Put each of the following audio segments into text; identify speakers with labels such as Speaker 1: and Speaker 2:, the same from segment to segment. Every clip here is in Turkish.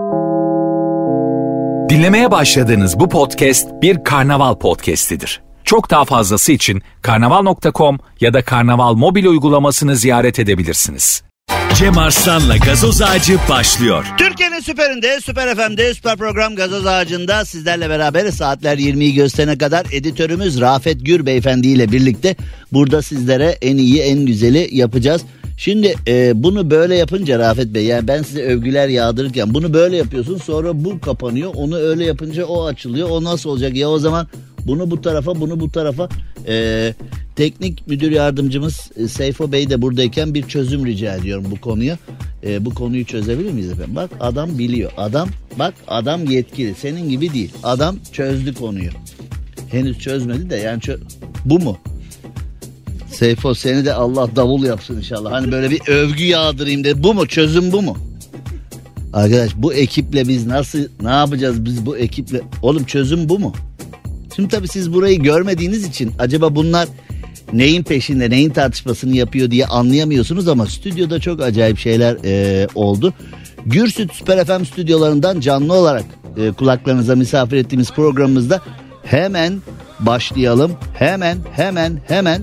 Speaker 1: Dinlemeye başladığınız bu podcast bir karnaval podcastidir. Çok daha fazlası için karnaval.com ya da karnaval mobil uygulamasını ziyaret edebilirsiniz.
Speaker 2: Cem Arslan'la Gazoz Ağacı başlıyor.
Speaker 3: Türkiye'nin süperinde, Süper FM'de, süper program Gazoz Ağacı'nda sizlerle beraber saatler 20'yi gösterene kadar editörümüz Rafet Gür Beyefendi ile birlikte burada sizlere en iyi, en güzeli yapacağız. Şimdi bunu böyle yapınca Rafet Bey, yani ben size övgüler yağdırırken bunu böyle yapıyorsun, sonra bu kapanıyor, onu öyle yapınca o açılıyor, o nasıl olacak ya? O zaman bunu bu tarafa, bunu bu tarafa. Teknik müdür yardımcımız Seyfo Bey de buradayken bir çözüm rica ediyorum bu konuya. Bu konuyu çözebilir miyiz efendim? Bak adam biliyor, adam yetkili, senin gibi değil, adam çözdü konuyu. Henüz çözmedi de yani bu mu? Seyfo, seni de Allah davul yapsın inşallah. Hani böyle bir övgü yağdırayım de, bu mu? Çözüm bu mu? Arkadaş, bu ekiple biz ne yapacağız biz bu ekiple? Oğlum çözüm bu mu? Şimdi tabii siz burayı görmediğiniz için acaba bunlar neyin peşinde, neyin tartışmasını yapıyor diye anlayamıyorsunuz ama stüdyoda çok acayip şeyler oldu. Gürsüt Süper FM stüdyolarından canlı olarak kulaklarınıza misafir ettiğimiz programımızda hemen başlayalım. Hemen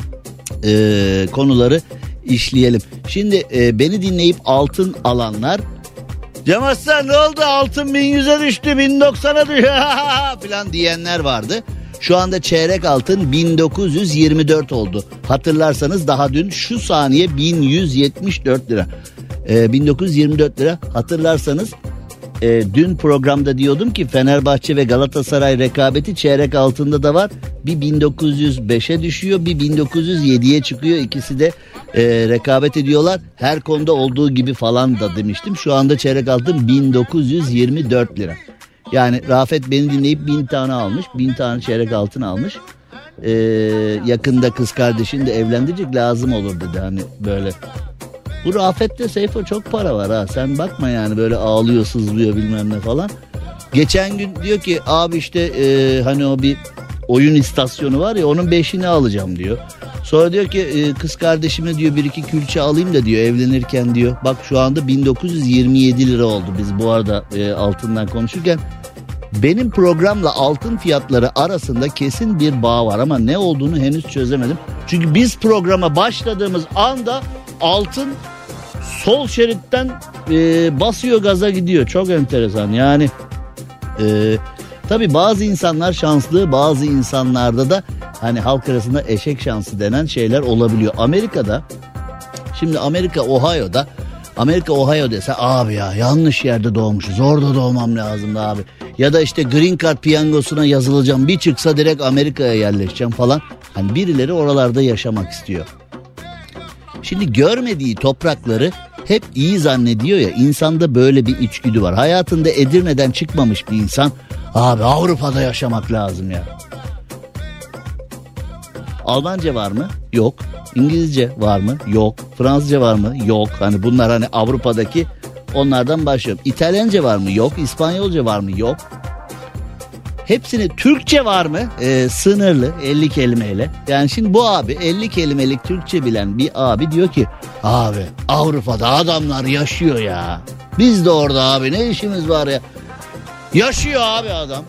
Speaker 3: konuları işleyelim. Şimdi beni dinleyip altın alanlar, Cem Arslan ne oldu, altın 1100'e düştü, 1090'a düştü falan diyenler vardı. Şu anda çeyrek altın 1924 oldu. Hatırlarsanız daha dün şu saniye 1174 lira. 1924 lira hatırlarsanız dün programda diyordum ki Fenerbahçe ve Galatasaray rekabeti çeyrek altında da var. Bir 1905'e düşüyor, bir 1907'ye çıkıyor. İkisi de rekabet ediyorlar. Her konuda olduğu gibi falan da demiştim. Şu anda çeyrek altın 1924 lira. Yani Rafet beni dinleyip 1000 tane almış. 1000 tane çeyrek altın almış. Yakında kız kardeşini de evlendirecek, lazım olur dedi. Hani böyle. Bu Rafet'te Seyfo çok para var ha. Sen bakma yani, böyle ağlıyor, sızlıyor bilmem ne falan. Geçen gün diyor ki abi işte hani o bir oyun istasyonu var ya, onun 5'ini alacağım diyor. Sonra diyor ki kız kardeşime diyor 1-2 külçe alayım da diyor evlenirken diyor. Bak şu anda 1927 lira oldu biz bu arada altından konuşurken. Benim programla altın fiyatları arasında kesin bir bağ var ama ne olduğunu henüz çözemedim. Çünkü biz programa başladığımız anda altın sol şeritten basıyor, gaza gidiyor. Çok enteresan yani. Tabii bazı insanlar şanslı, bazı insanlarda da hani halk arasında eşek şansı denen şeyler olabiliyor. Amerika'da, şimdi Amerika Ohio dese abi ya yanlış yerde doğmuşuz, orada doğmam lazımdı abi. Ya da işte Green Card piyangosuna yazılacağım, bir çıksa direkt Amerika'ya yerleşeceğim falan. Hani birileri oralarda yaşamak istiyor. Şimdi görmediği toprakları hep iyi zannediyor ya, insanda böyle bir içgüdü var. Hayatında Edirne'den çıkmamış bir insan, abi Avrupa'da yaşamak lazım ya. Almanca var mı? Yok. İngilizce var mı? Yok. Fransızca var mı? Yok. Hani bunlar hani Avrupa'daki, onlardan başlıyorum. İtalyanca var mı? Yok. İspanyolca var mı? Yok. Hepsini, Türkçe var mı? Sınırlı 50 kelimeyle. Yani şimdi bu abi 50 kelimelik Türkçe bilen bir abi diyor ki abi Avrupa'da adamlar yaşıyor ya. Biz de orada abi ne işimiz var ya. Yaşıyor abi adam.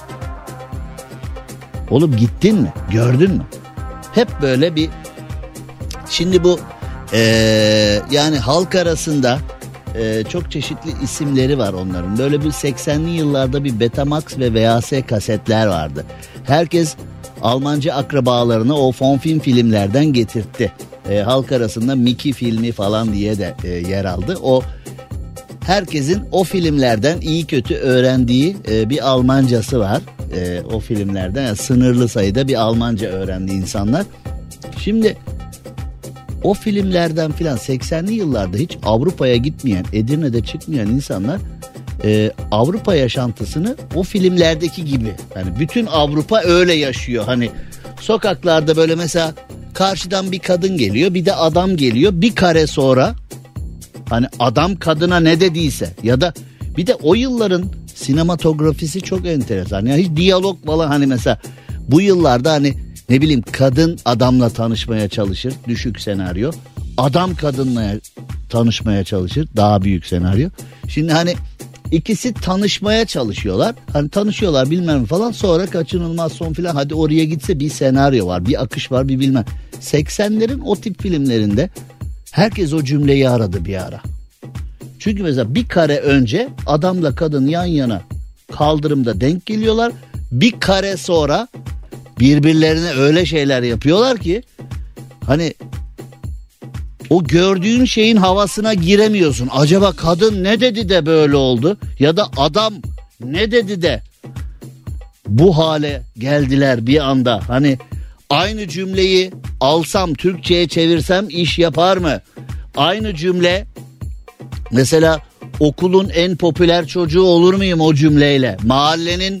Speaker 3: Oğlum gittin mi? Gördün mü? Hep böyle bir, şimdi bu yani halk arasında çok çeşitli isimleri var onların. Böyle bir 80'li yıllarda bir Betamax ve VHS kasetler vardı. Herkes Almanca akrabalarını o fon film filmlerden getirtti. Halk arasında Mickey filmi falan diye de yer aldı. O herkesin o filmlerden iyi kötü öğrendiği bir Almancası var. O filmlerden yani sınırlı sayıda bir Almanca öğrendi insanlar. Şimdi o filmlerden filan 80'li yıllarda hiç Avrupa'ya gitmeyen, Edirne'de çıkmayan insanlar Avrupa yaşantısını o filmlerdeki gibi, hani bütün Avrupa öyle yaşıyor. Hani sokaklarda böyle mesela karşıdan bir kadın geliyor, bir de adam geliyor, bir kare sonra hani adam kadına ne dediyse, ya da bir de o yılların sinematografisi çok enteresan. Yani hiç diyalog falan, hani mesela bu yıllarda hani ne bileyim kadın adamla tanışmaya çalışır, düşük senaryo. Adam kadınla tanışmaya çalışır, daha büyük senaryo. Şimdi hani İkisi tanışmaya çalışıyorlar. Hani tanışıyorlar bilmem falan, sonra kaçınılmaz son filan. Hadi oraya gitse bir senaryo var, bir akış var, bir bilmem. 80'lerin o tip filmlerinde herkes o cümleyi aradı bir ara. Çünkü mesela bir kare önce adamla kadın yan yana kaldırımda denk geliyorlar. Bir kare sonra birbirlerine öyle şeyler yapıyorlar ki hani o gördüğün şeyin havasına giremiyorsun. Acaba kadın ne dedi de böyle oldu? Ya da adam ne dedi de bu hale geldiler bir anda? Hani aynı cümleyi alsam Türkçe'ye çevirsem iş yapar mı? Aynı cümle mesela okulun en popüler çocuğu olur muyum o cümleyle? Mahallenin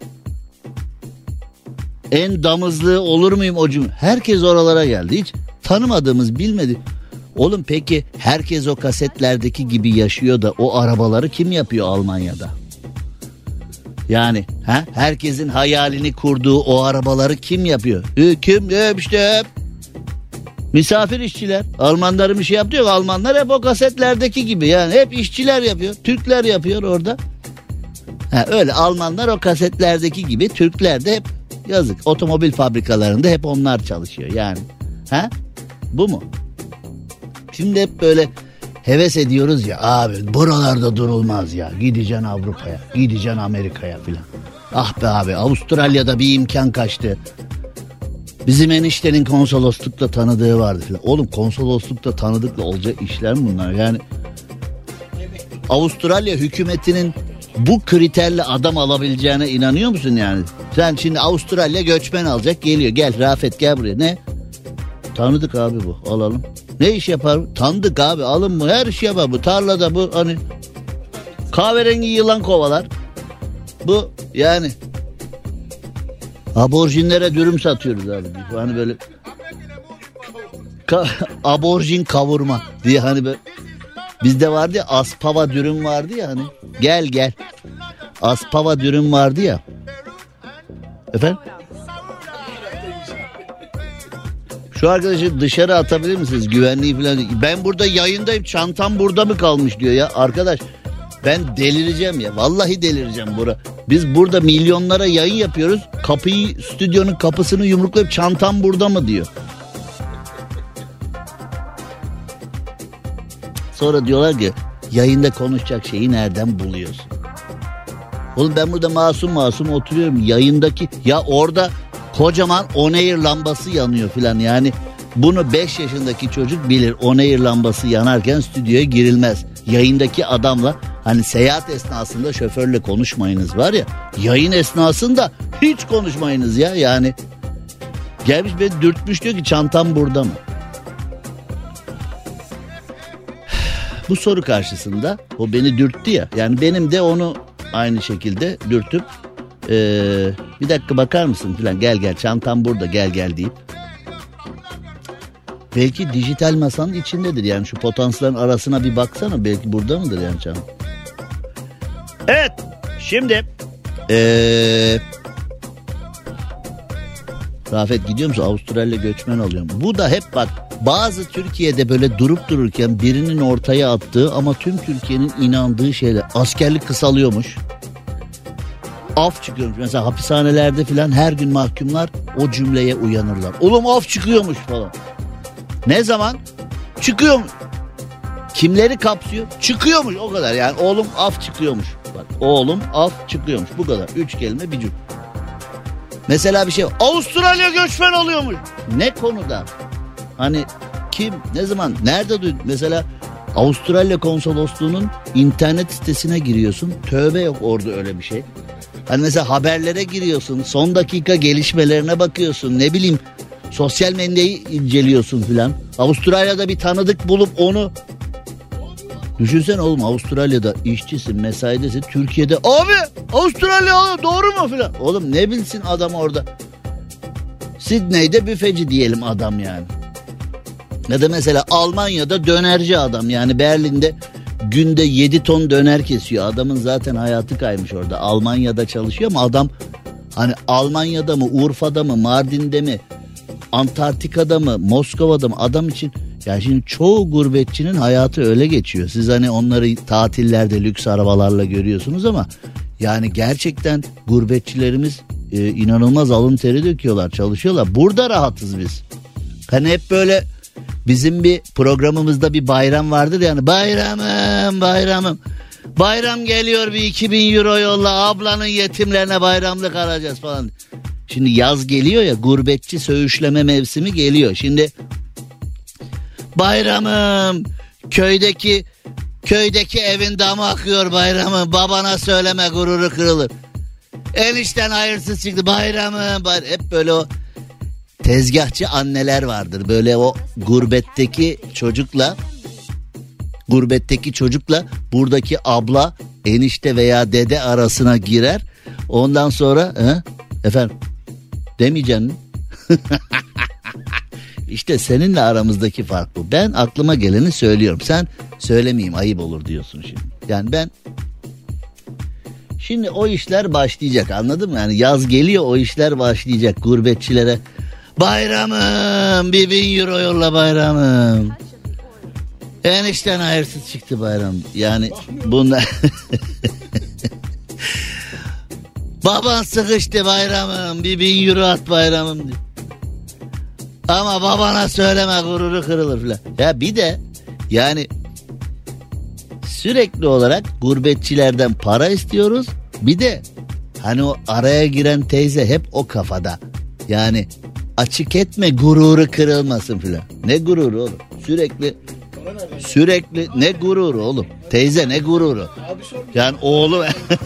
Speaker 3: en damızlığı olur muyum o cümle? Herkes oralara geldi. Hiç tanımadığımız, bilmedi. Oğlum peki herkes o kasetlerdeki gibi yaşıyor da o arabaları kim yapıyor Almanya'da? Yani herkesin hayalini kurduğu o arabaları kim yapıyor? Kim? İşte misafir işçiler. Almanların bir şey yaptı yok. Almanlar hep o kasetlerdeki gibi, yani hep işçiler yapıyor. Türkler yapıyor orada. Öyle Almanlar o kasetlerdeki gibi, Türkler de hep yazık. Otomobil fabrikalarında hep onlar çalışıyor yani. Bu mu? Şimdi hep böyle heves ediyoruz ya abi, buralarda durulmaz ya. Gideceksin Avrupa'ya, gideceksin Amerika'ya filan. Ah be abi, Avustralya'da bir imkan kaçtı. Bizim eniştenin konsoloslukta tanıdığı vardı filan. Oğlum konsoloslukta tanıdıkla olacak işler mi bunlar? Yani Avustralya hükümetinin bu kriterle adam alabileceğine inanıyor musun yani? Sen şimdi Avustralya göçmen alacak, geliyor. Gel Rafet gel buraya. Ne? Tanıdık abi bu, alalım. Ne iş yapar? Tanıdık abi, alın mı? Her iş yapar bu. Tarlada bu hani kahverengi yılan kovalar. Bu yani aborjinlere dürüm satıyoruz abi. Hani böyle aborjin kavurma diye, hani böyle bizde vardı ya, Aspava dürüm vardı ya hani. Gel. Aspava dürüm vardı ya. Efendim? Şu arkadaşı dışarı atabilir misiniz? Güvenliği falan. Ben burada yayındayım, çantam burada mı kalmış diyor ya. Arkadaş ben delireceğim ya. Vallahi delireceğim bura. Biz burada milyonlara yayın yapıyoruz. Kapıyı, stüdyonun kapısını yumruklayıp çantam burada mı diyor. Sonra diyorlar ki yayında konuşacak şeyi nereden buluyorsun? Oğlum ben burada masum oturuyorum. Yayındaki ya orada kocaman on-air lambası yanıyor filan, yani bunu 5 yaşındaki çocuk bilir. On-air lambası yanarken stüdyoya girilmez. Yayındaki adamla hani seyahat esnasında şoförle konuşmayınız var ya, yayın esnasında hiç konuşmayınız ya. Yani gelmiş beni dürtmüş, diyor ki çantam burada mı? Bu soru karşısında o beni dürttü ya, yani benim de onu aynı şekilde dürtüp bir dakika bakar mısın falan, gel çantam burada gel deyip, belki dijital masanın içindedir yani, şu potansların arasına bir baksana, belki burada mıdır yani çantam. Evet şimdi Rafet gidiyor musun? Avustralya göçmen alıyorum. Bu da hep bak, bazı Türkiye'de böyle durup dururken birinin ortaya attığı ama tüm Türkiye'nin inandığı şeyler. Askerlik kısalıyormuş. Af çıkıyormuş. Mesela hapishanelerde filan her gün mahkumlar o cümleye uyanırlar. Oğlum af çıkıyormuş falan. Ne zaman? Çıkıyormuş. Kimleri kapsıyor? Çıkıyormuş, o kadar yani. Oğlum af çıkıyormuş. Bak, oğlum af çıkıyormuş. Bu kadar. 3 kelime bir cümle. Mesela bir şey var. Avustralya göçmen oluyormuş. Ne konuda? Hani kim, ne zaman, nerede duydun? Mesela Avustralya konsolosluğunun internet sitesine giriyorsun. Tövbe yok orada öyle bir şey. Hani mesela haberlere giriyorsun. Son dakika gelişmelerine bakıyorsun. Ne bileyim, sosyal medyayı inceliyorsun filan. Avustralya'da bir tanıdık bulup onu... Düşünsene oğlum, Avustralya'da işçisin, mesaidesin, Türkiye'de abi Avustralya doğru mu filan. Oğlum ne bilsin adam orada. Sydney'de büfeci diyelim adam yani. Ya da mesela Almanya'da dönerci adam, yani Berlin'de günde 7 ton döner kesiyor. Adamın zaten hayatı kaymış orada. Almanya'da çalışıyor ama adam hani Almanya'da mı, Urfa'da mı, Mardin'de mi, Antarktika'da mı, Moskova'da mı, adam için Yani şimdi çoğu gurbetçinin hayatı öyle geçiyor. Siz hani onları tatillerde lüks arabalarla görüyorsunuz ama yani gerçekten gurbetçilerimiz inanılmaz alın teri döküyorlar, çalışıyorlar. Burada rahatız biz. Hani hep böyle bizim bir programımızda bir bayram vardır yani, bayramım. Bayram geliyor, bir 2000 euro yolla, ablanın yetimlerine bayramlık alacağız falan. Şimdi yaz geliyor ya, gurbetçi söğüşleme mevsimi geliyor. Şimdi bayramım, köydeki evin damı akıyor bayramım, babana söyleme gururu kırılır. Enişten hayırsız çıktı bayramım. Hep böyle o tezgahçı anneler vardır. Böyle o gurbetteki çocukla buradaki abla, enişte veya dede arasına girer. Ondan sonra efendim demeyeceksin mi? İşte seninle aramızdaki fark bu. Ben aklıma geleni söylüyorum. Sen söylemeyeyim, ayıp olur diyorsun şimdi. Yani ben şimdi o işler başlayacak, anladın mı? Yani yaz geliyor, o işler başlayacak gurbetçilere. Bayramım, bir 1000 euro yolla bayramım. Enişten hayırsız çıktı bayram. Yani bunlar baban sıkıştı bayramım, bir 1000 euro at bayramım diyor. Ama babana söyleme gururu kırılır falan. Ya bir de yani sürekli olarak gurbetçilerden para istiyoruz. Bir de hani o araya giren teyze hep o kafada. Yani açık etme gururu kırılmasın filan. Ne gururu oğlum? Sürekli ne gururu oğlum? Teyze ne gururu? Yani oğlu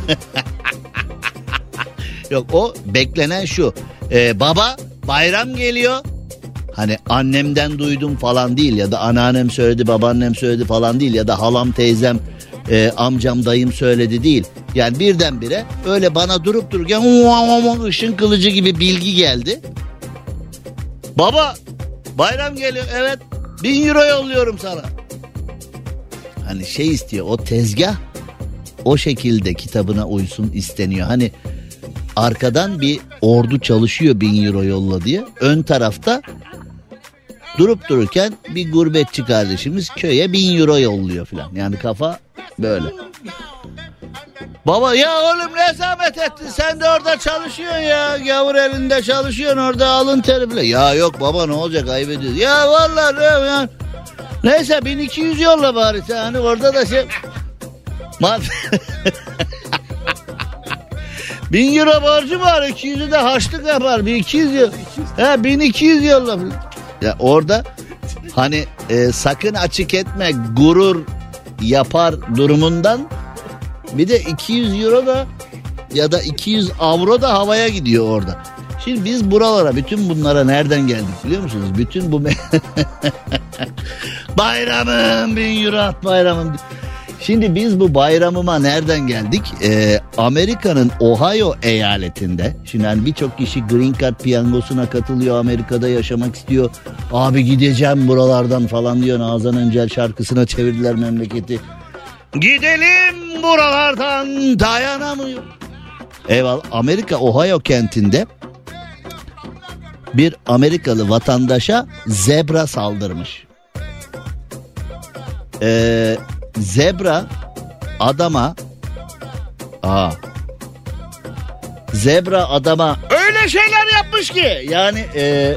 Speaker 3: yok, o beklenen şu. Baba bayram geliyor. Hani annemden duydum falan değil, ya da anneannem söyledi, babaannem söyledi falan değil, ya da halam, teyzem, amcam, dayım söyledi değil. Yani birdenbire öyle bana durup dururken ışın kılıcı gibi bilgi geldi. Baba bayram geliyor, evet 1000 euro yolluyorum sana. Hani şey istiyor, o tezgah o şekilde kitabına uysun isteniyor. Hani arkadan bir ordu çalışıyor 1000 euro yolla diye. Ön tarafta durup dururken bir gurbetçi kardeşimiz köye 1000 euro yolluyor falan. Yani kafa böyle. Baba ya oğlum ne zahmet ettin, sen de orada çalışıyorsun ya. Gavur elinde çalışıyorsun orada, alın teri bile. Ya yok baba ne olacak, ayıp ediyorsun. Ya vallahi ya. Neyse 1200 yolla bari sen, hani orada da şey. 1000 euro borcu var, 200'ü de harçlık yapar, 1200 yolla. He 1200 yolla. Ya orada hani sakın açık etme gurur yapar durumundan bir de 200 euro da ya da 200 avro da havaya gidiyor orada. Şimdi biz buralara, bütün bunlara nereden geldik biliyor musunuz? Bütün bu bayramım 1000 euro at bayramım. Şimdi biz bu bayramıma nereden geldik? Amerika'nın Ohio eyaletinde. Şimdi hani birçok kişi Green Card piyangosuna katılıyor. Amerika'da yaşamak istiyor. Abi gideceğim buralardan falan diyor. Nazan Öncel şarkısına çevirdiler memleketi. Gidelim buralardan, dayanamıyor. Eyvallah. Amerika Ohio kentinde bir Amerikalı vatandaşa zebra saldırmış. Zebra adama öyle şeyler yapmış ki yani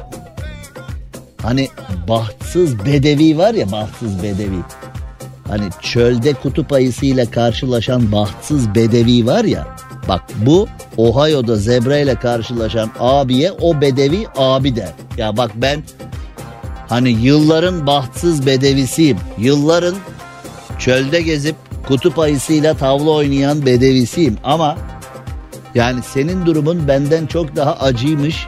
Speaker 3: hani bahtsız bedevi var ya, bahtsız bedevi, hani çölde kutup ayısıyla karşılaşan bahtsız bedevi var ya, bak bu Ohio'da zebra ile karşılaşan abiye o bedevi abi der. Ya bak ben hani yılların bahtsız bedevisiyim, yılların çölde gezip kutup ayısıyla tavla oynayan bedevisiyim ama yani senin durumun benden çok daha acıymış.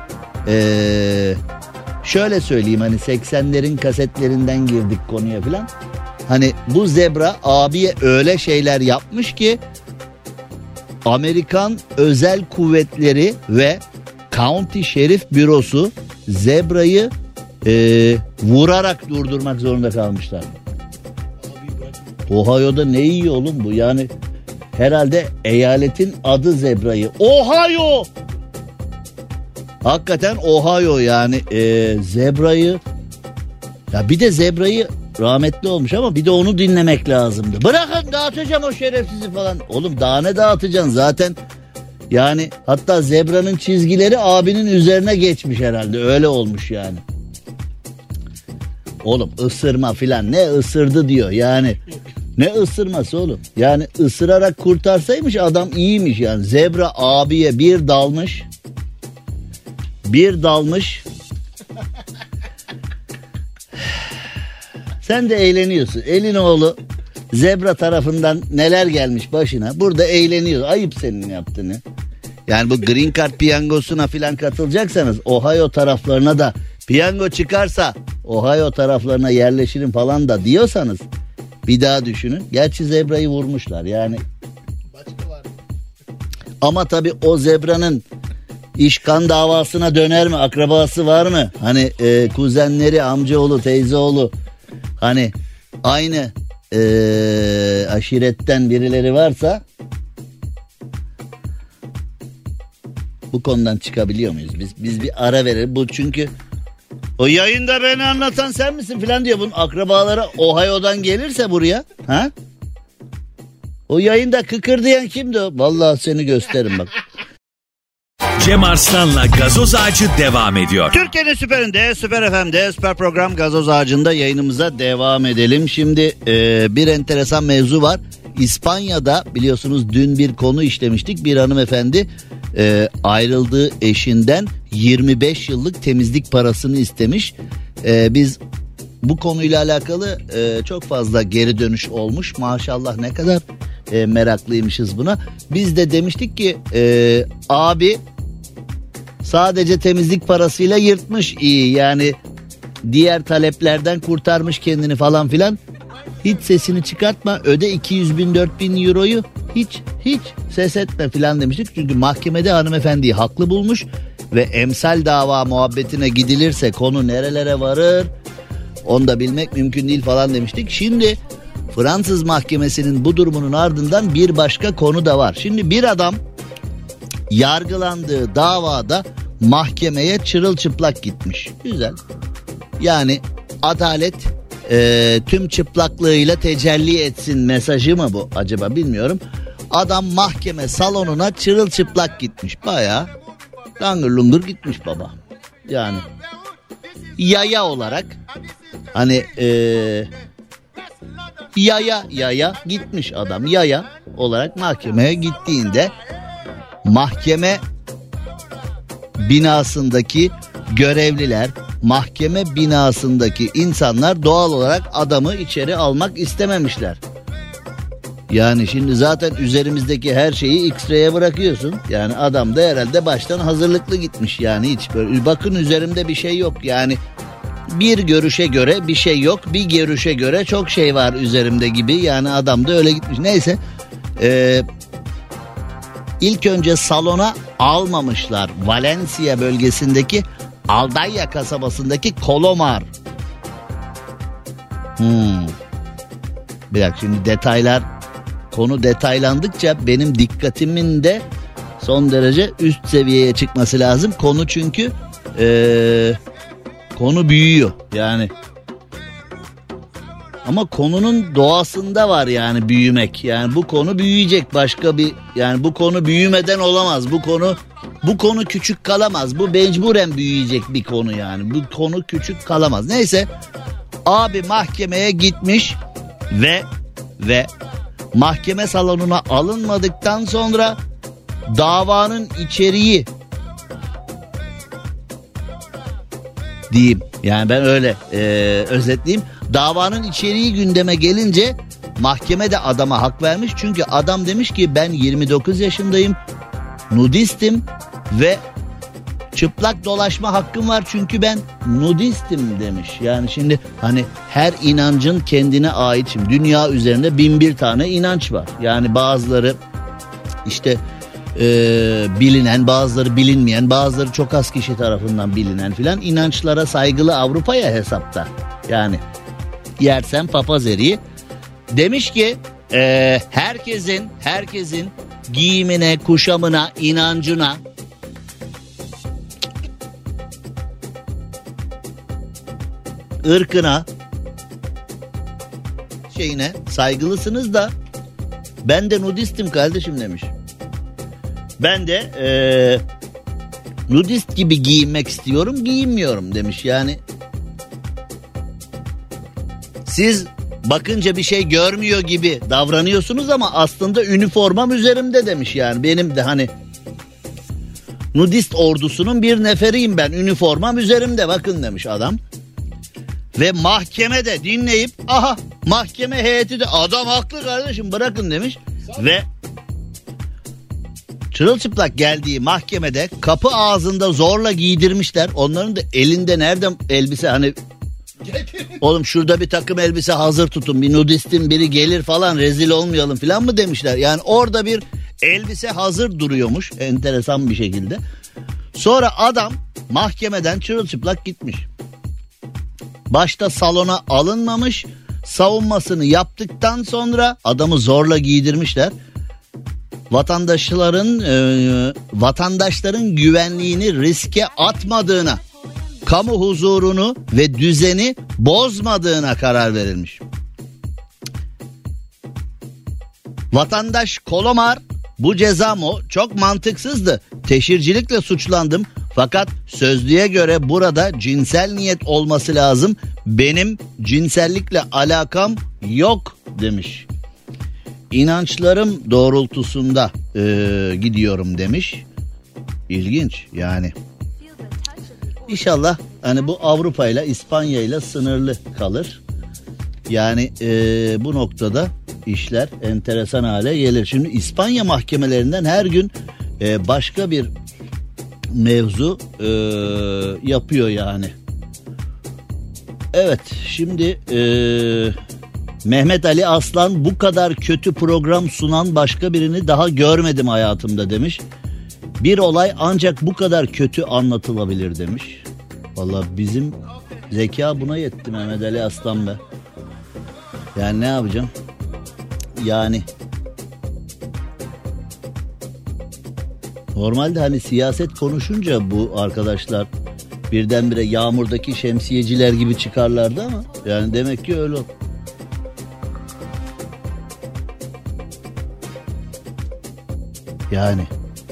Speaker 3: Şöyle söyleyeyim, hani 80'lerin kasetlerinden girdik konuya falan. Hani bu zebra abiye öyle şeyler yapmış ki Amerikan Özel Kuvvetleri ve County Şerif Bürosu zebrayı vurarak durdurmak zorunda kalmışlar. Ohio'da ne yiyor oğlum bu? Yani herhalde eyaletin adı zebrayı. Ohio! Hakikaten Ohio yani zebrayı Ya bir de zebrayı rahmetli olmuş ama bir de onu dinlemek lazımdı. Bırakın dağıtacağım o şerefsizi falan. Oğlum daha ne dağıtacaksın zaten. Yani hatta zebranın çizgileri abinin üzerine geçmiş herhalde. Öyle olmuş yani. Oğlum ısırma filan, ne ısırdı diyor yani. Ne ısırması oğlum? Yani ısırarak kurtarsaymış adam iyiymiş yani. Zebra abiye bir dalmış. Sen de eğleniyorsun. Elin oğlu zebra tarafından neler gelmiş başına. Burada eğleniyor. Ayıp senin yaptığını. Yani bu Green Card piyangosuna filan katılacaksanız Ohio taraflarına da piyango çıkarsa Ohio taraflarına yerleşirim falan da diyorsanız bir daha düşünün. Gerçi zebrayı vurmuşlar yani. Başka var mı? Ama tabii o zebranın iş kan davasına döner mi? Akrabası var mı? Hani kuzenleri, amcaoğlu, teyzeoğlu, hani aynı aşiretten birileri varsa bu konudan çıkabiliyor muyuz? Biz bir ara verelim. Bu çünkü o yayında beni anlatan sen misin filan diyor. Bunun akrabaları Ohio'dan gelirse buraya. Ha? O yayında kıkır diyen kimdi o? Vallahi seni gösteririm bak.
Speaker 2: Cem Arslan'la Gazoz Ağacı devam ediyor.
Speaker 3: Türkiye'nin süperinde, Süper FM'de, süper program Gazoz Ağacı'nda yayınımıza devam edelim. Şimdi bir enteresan mevzu var. İspanya'da biliyorsunuz dün bir konu işlemiştik. Bir hanımefendi ayrıldığı eşinden 25 yıllık temizlik parasını istemiş. Biz bu konuyla alakalı çok fazla geri dönüş olmuş. Maşallah ne kadar meraklıymışız buna. Biz de demiştik ki abi sadece temizlik parasıyla yırtmış iyi. Yani diğer taleplerden kurtarmış kendini falan filan. Hiç sesini çıkartma, öde 200 bin 4 bin euroyu, hiç ses etme filan demiştik. Çünkü mahkemede hanımefendiyi haklı bulmuş ve emsal dava muhabbetine gidilirse konu nerelere varır onu da bilmek mümkün değil falan demiştik. Şimdi Fransız mahkemesinin bu durumunun ardından bir başka konu da var. Şimdi bir adam yargılandığı davada mahkemeye çırılçıplak gitmiş. Güzel. Yani adalet tüm çıplaklığıyla tecelli etsin mesajı mı bu acaba bilmiyorum. Adam mahkeme salonuna çırılçıplak gitmiş. Bayağı langır lungur gitmiş baba. Yani yaya olarak hani yaya gitmiş adam. Yaya olarak mahkemeye gittiğinde mahkeme binasındaki görevliler, mahkeme binasındaki insanlar doğal olarak adamı içeri almak istememişler. Yani şimdi zaten üzerimizdeki her şeyi X-ray'e bırakıyorsun. Yani adam da herhalde baştan hazırlıklı gitmiş. Yani hiç böyle bakın üzerimde bir şey yok. Yani bir görüşe göre bir şey yok. Bir görüşe göre çok şey var üzerimde gibi. Yani adam da öyle gitmiş. Neyse. İlk önce salona almamışlar. Valencia bölgesindeki Aldaya kasabasındaki Colomar. Bir dakika şimdi detaylar, konu detaylandıkça benim dikkatimin de son derece üst seviyeye çıkması lazım. Konu çünkü konu büyüyor yani. Ama konunun doğasında var yani büyümek. Yani bu konu büyüyecek, başka bir yani bu konu büyümeden olamaz. Bu konu küçük kalamaz. Bu mecburen büyüyecek bir konu yani. Bu konu küçük kalamaz. Neyse abi mahkemeye gitmiş ve mahkeme salonuna alınmadıktan sonra davanın içeriği diyeyim. Yani ben öyle özetleyeyim. Davanın içeriği gündeme gelince mahkeme de adama hak vermiş. Çünkü adam demiş ki ben 29 yaşındayım, nudistim ve çıplak dolaşma hakkım var çünkü ben nudistim demiş. Yani şimdi hani her inancın kendine ait, şimdi dünya üzerinde 1001 tane inanç var. Yani bazıları işte bilinen, bazıları bilinmeyen, bazıları çok az kişi tarafından bilinen filan inançlara saygılı Avrupa'ya hesapta. Yani yersen papaz eriği. Demiş ki herkesin giyimine, kuşamına, inancına ırkına, şeyine saygılısınız da ben de nudistim kardeşim demiş. Ben de nudist gibi giyinmek istiyorum, giyinmiyorum demiş. Yani siz bakınca bir şey görmüyor gibi davranıyorsunuz ama aslında üniformam üzerimde demiş. Yani benim de hani nudist ordusunun bir neferiyim ben, üniformam üzerimde bakın demiş adam. Ve mahkemede dinleyip mahkeme heyeti de adam haklı kardeşim bırakın demiş. Ve çırılçıplak geldiği mahkemede kapı ağzında zorla giydirmişler. Onların da elinde nereden elbise, hani oğlum şurada bir takım elbise hazır tutun, bir nudistin biri gelir falan rezil olmayalım falan mı demişler. Yani orada bir elbise hazır duruyormuş enteresan bir şekilde. Sonra adam mahkemeden çırılçıplak gitmiş. Başta salona alınmamış, savunmasını yaptıktan sonra adamı zorla giydirmişler. Vatandaşların güvenliğini riske atmadığına, kamu huzurunu ve düzeni bozmadığına karar verilmiş. Vatandaş Kolomar, bu ceza çok mantıksızdı. Teşhircilikle suçlandım. Fakat sözlüğe göre burada cinsel niyet olması lazım. Benim cinsellikle alakam yok demiş. İnançlarım doğrultusunda gidiyorum demiş. İlginç yani. İnşallah hani bu Avrupa ile İspanya ile sınırlı kalır. Yani bu noktada işler enteresan hale gelir. Şimdi İspanya mahkemelerinden her gün başka bir mevzu yapıyor yani. Evet, şimdi Mehmet Ali Aslan, bu kadar kötü program sunan başka birini daha görmedim hayatımda demiş. Bir olay ancak bu kadar kötü anlatılabilir demiş. Vallahi bizim zeka buna yetti Mehmet Ali Aslan be. Yani ne yapacağım? Yani normalde hani siyaset konuşunca bu arkadaşlar birdenbire yağmurdaki şemsiyeciler gibi çıkarlardı ama yani demek ki öyle. Yani.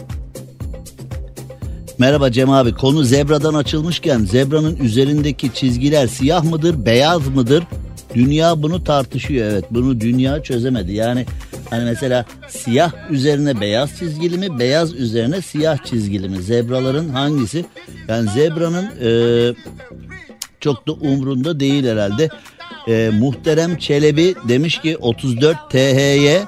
Speaker 3: Merhaba Cem abi, konu zebradan açılmışken zebranın üzerindeki çizgiler siyah mıdır, beyaz mıdır? Dünya bunu tartışıyor, evet, bunu dünya çözemedi. Yani hani mesela siyah üzerine beyaz çizgili mi, beyaz üzerine siyah çizgili mi? Zebraların hangisi? Yani zebranın çok da umrunda değil herhalde. Muhterem Çelebi demiş ki 34 TH'ye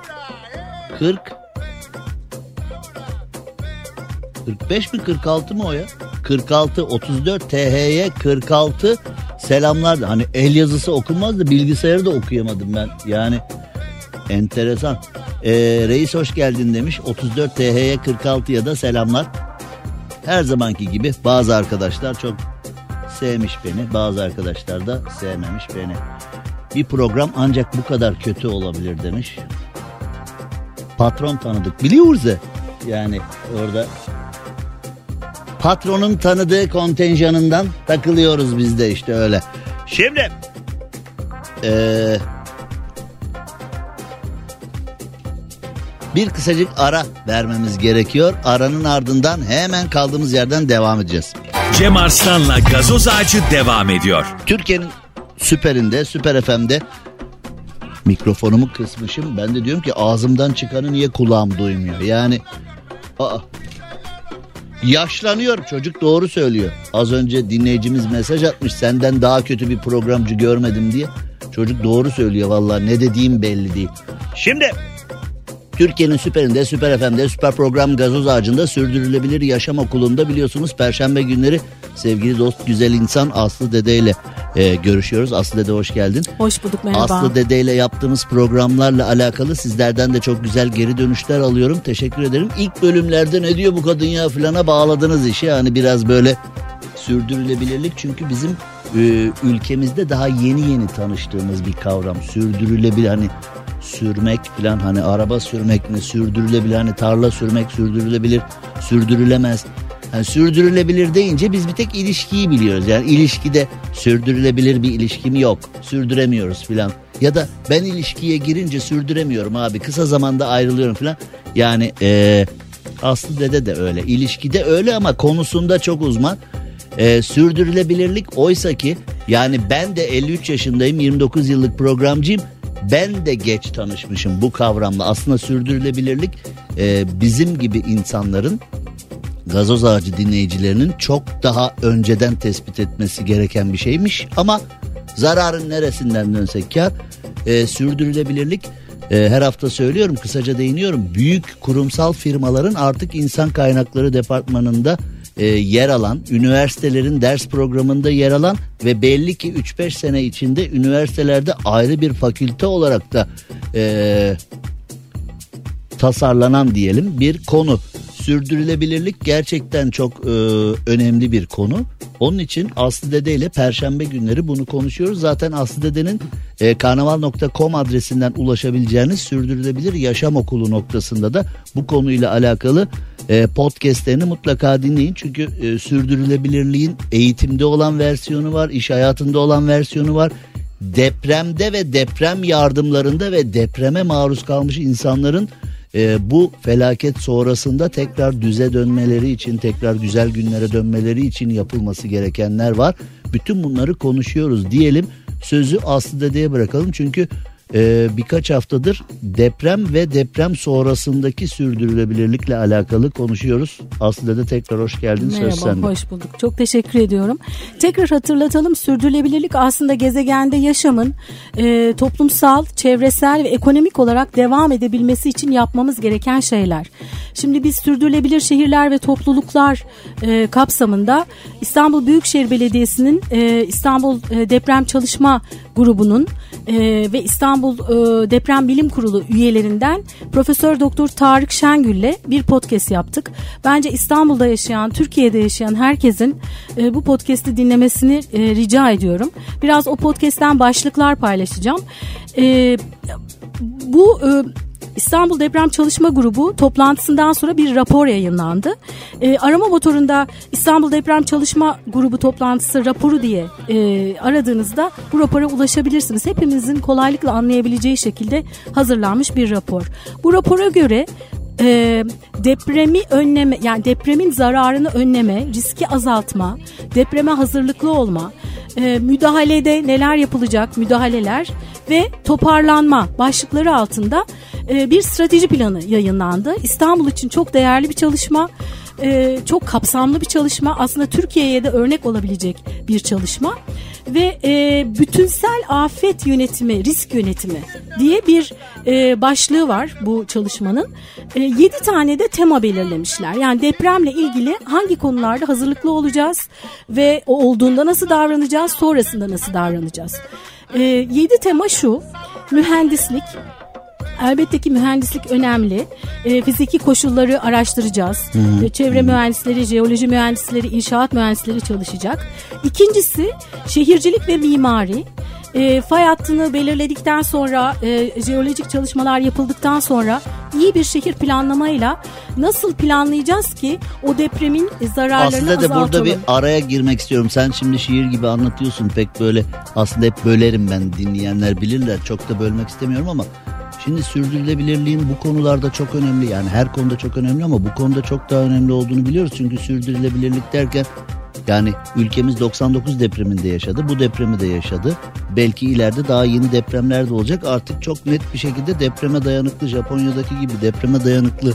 Speaker 3: 45 mi 46 mı o ya? 46 34 TH'ye 46 selamlar. Hani el yazısı okunmaz da bilgisayarı da okuyamadım ben. Yani enteresan. Reis hoş geldin demiş. 34 TH'ye 46'ya da selamlar. Her zamanki gibi bazı arkadaşlar çok sevmiş beni. Bazı arkadaşlar da sevmemiş beni. Bir program ancak bu kadar kötü olabilir demiş. Patron tanıdık. Biliyoruz ya. Yani orada patronun tanıdığı kontenjanından takılıyoruz biz de işte öyle. Şimdi bir kısacık ara vermemiz gerekiyor. Aranın ardından hemen kaldığımız yerden devam edeceğiz.
Speaker 2: Cem Arslan'la Gazoz Ağacı devam ediyor. Türkiye'nin
Speaker 3: süperinde, Süper FM'de mikrofonumu kısmışım. Ben de diyorum ki ağzımdan çıkanı niye kulağım duymuyor? Yani yaşlanıyorum, çocuk doğru söylüyor. Az önce dinleyicimiz mesaj atmış, senden daha kötü bir programcı görmedim diye. Çocuk doğru söylüyor vallahi, ne dediğim belli değil. Şimdi Türkiye'nin süperinde, Süper FM'de, süper program Gazoz Ağacı'nda Sürdürülebilir Yaşam Okulu'nda biliyorsunuz perşembe günleri sevgili dost, güzel insan Aslı Dede ile görüşüyoruz. Aslı Dede hoş geldin.
Speaker 4: Hoş bulduk, merhaba.
Speaker 3: Aslı Dede ile yaptığımız programlarla alakalı sizlerden de çok güzel geri dönüşler alıyorum. Teşekkür ederim. İlk bölümlerde ne diyor bu kadın ya filana bağladınız işi. Hani biraz böyle sürdürülebilirlik, çünkü bizim ülkemizde daha yeni tanıştığımız bir kavram. Sürdürülebilir, hani sürmek falan, hani araba sürmek mi sürdürülebilir, hani tarla sürmek sürdürülebilir, sürdürülemez. Yani sürdürülebilir deyince biz bir tek ilişkiyi biliyoruz. Yani ilişkide sürdürülebilir bir ilişkim yok. Sürdüremiyoruz filan. Ya da ben ilişkiye girince sürdüremiyorum abi. Kısa zamanda ayrılıyorum filan. Yani Aslı Dede de öyle. İlişkide öyle ama konusunda çok uzman. Sürdürülebilirlik oysa ki yani ben de 53 yaşındayım, 29 yıllık programcıyım. Ben de geç tanışmışım bu kavramla. Aslında sürdürülebilirlik bizim gibi insanların, Gazoz Ağacı dinleyicilerinin çok daha önceden tespit etmesi gereken bir şeymiş. Ama zararın neresinden dönsek kâr. Sürdürülebilirlik, her hafta söylüyorum, kısaca değiniyorum. Büyük kurumsal firmaların artık insan kaynakları departmanında yer alan, üniversitelerin ders programında yer alan ve belli ki 3-5 sene içinde üniversitelerde ayrı bir fakülte olarak da tasarlanan diyelim bir konu. Sürdürülebilirlik gerçekten çok önemli bir konu. Onun için Aslı Dede ile Perşembe günleri bunu konuşuyoruz. Zaten Aslı Dede'nin karnaval.com adresinden ulaşabileceğiniz Sürdürülebilir Yaşam Okulu noktasında da bu konuyla alakalı podcastlerini mutlaka dinleyin. Çünkü sürdürülebilirliğin eğitimde olan versiyonu var, iş hayatında olan versiyonu var. Depremde ve deprem yardımlarında ve depreme maruz kalmış insanların bu felaket sonrasında tekrar düze dönmeleri için, tekrar güzel günlere dönmeleri için yapılması gerekenler var. Bütün bunları konuşuyoruz diyelim. Sözü Aslı Dede'ye bırakalım çünkü birkaç haftadır deprem ve deprem sonrasındaki sürdürülebilirlikle alakalı konuşuyoruz. Aslı Dede tekrar hoş geldin.
Speaker 4: Merhaba,
Speaker 3: söz sende.
Speaker 4: Hoş bulduk. Çok teşekkür ediyorum. Tekrar hatırlatalım, sürdürülebilirlik aslında gezegende yaşamın toplumsal, çevresel ve ekonomik olarak devam edebilmesi için yapmamız gereken şeyler. Şimdi biz sürdürülebilir şehirler ve topluluklar kapsamında İstanbul Büyükşehir Belediyesi'nin İstanbul Deprem Çalışma Grubu'nun ve İstanbul Deprem Bilim Kurulu üyelerinden Profesör Doktor Tarık Şengül'le bir podcast yaptık. Bence İstanbul'da yaşayan, Türkiye'de yaşayan herkesin bu podcast'i dinlemesini rica ediyorum. Biraz o podcast'ten başlıklar paylaşacağım. Bu İstanbul Deprem Çalışma Grubu toplantısından sonra bir rapor yayınlandı. Arama motorunda İstanbul Deprem Çalışma Grubu toplantısı raporu diye aradığınızda bu rapora ulaşabilirsiniz. Hepimizin kolaylıkla anlayabileceği şekilde hazırlanmış bir rapor. Bu rapora göre depremi önleme, yani depremin zararını önleme, riski azaltma, depreme hazırlıklı olma, müdahalede neler yapılacak, müdahaleler ve toparlanma başlıkları altında bir strateji planı yayınlandı. İstanbul için çok değerli bir çalışma, çok kapsamlı bir çalışma, aslında Türkiye'ye de örnek olabilecek bir çalışma ve bütünsel afet yönetimi, risk yönetimi diye bir başlığı var bu çalışmanın. 7 tane de tema belirlemişler. Yani depremle ilgili hangi konularda hazırlıklı olacağız ve o olduğunda nasıl davranacağız, sonrasında nasıl davranacağız. 7 tema şu: mühendislik. Elbette ki mühendislik önemli. Fiziki koşulları araştıracağız. Çevre mühendisleri, jeoloji mühendisleri, inşaat mühendisleri çalışacak. İkincisi şehircilik ve mimari. Fay hattını belirledikten sonra, jeolojik çalışmalar yapıldıktan sonra iyi bir şehir planlamayla nasıl planlayacağız ki o depremin zararlarını azaltalım.
Speaker 3: Aslında da burada bir araya girmek istiyorum. Sen şimdi şiir gibi anlatıyorsun, pek böyle aslında hep bölerim ben, dinleyenler bilirler. Çok da bölmek istemiyorum ama şimdi sürdürülebilirliğin bu konularda çok önemli, yani her konuda çok önemli ama bu konuda çok daha önemli olduğunu biliyoruz. Çünkü sürdürülebilirlik derken yani ülkemiz 99 depreminde yaşadı, bu depremi de yaşadı. Belki ileride daha yeni depremler de olacak. Artık çok net bir şekilde depreme dayanıklı, Japonya'daki gibi depreme dayanıklı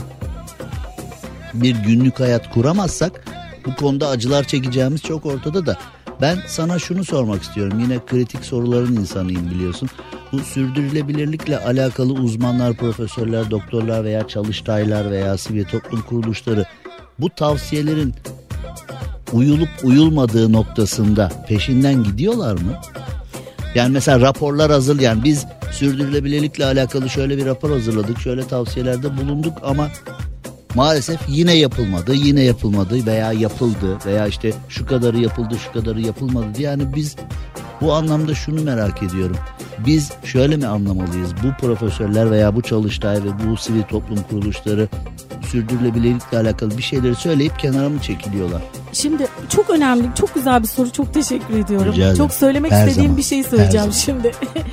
Speaker 3: bir günlük hayat kuramazsak bu konuda acılar çekeceğimiz çok ortada da. Ben sana şunu sormak istiyorum. Yine kritik soruların insanıyım biliyorsun. Bu sürdürülebilirlikle alakalı uzmanlar, profesörler, doktorlar veya çalıştaylar veya sivil toplum kuruluşları bu tavsiyelerin uyulup uyulmadığı noktasında peşinden gidiyorlar mı? Yani mesela raporlar hazırlayan, biz sürdürülebilirlikle alakalı şöyle bir rapor hazırladık, şöyle tavsiyelerde bulunduk ama maalesef yine yapılmadı veya yapıldı veya işte şu kadarı yapıldı, şu kadarı yapılmadı diye. Yani biz bu anlamda şunu merak ediyorum. Biz şöyle mi anlamalıyız? Bu profesörler veya bu çalıştay ve bu sivil toplum kuruluşları sürdürülebilirlikle alakalı bir şeyleri söyleyip kenara mı çekiliyorlar?
Speaker 4: Şimdi çok önemli, çok güzel bir soru. Çok teşekkür ediyorum.
Speaker 3: Rica ederim.
Speaker 4: Çok söylemek
Speaker 3: Her
Speaker 4: istediğim
Speaker 3: zaman.
Speaker 4: bir şey söyleyeceğim şimdi.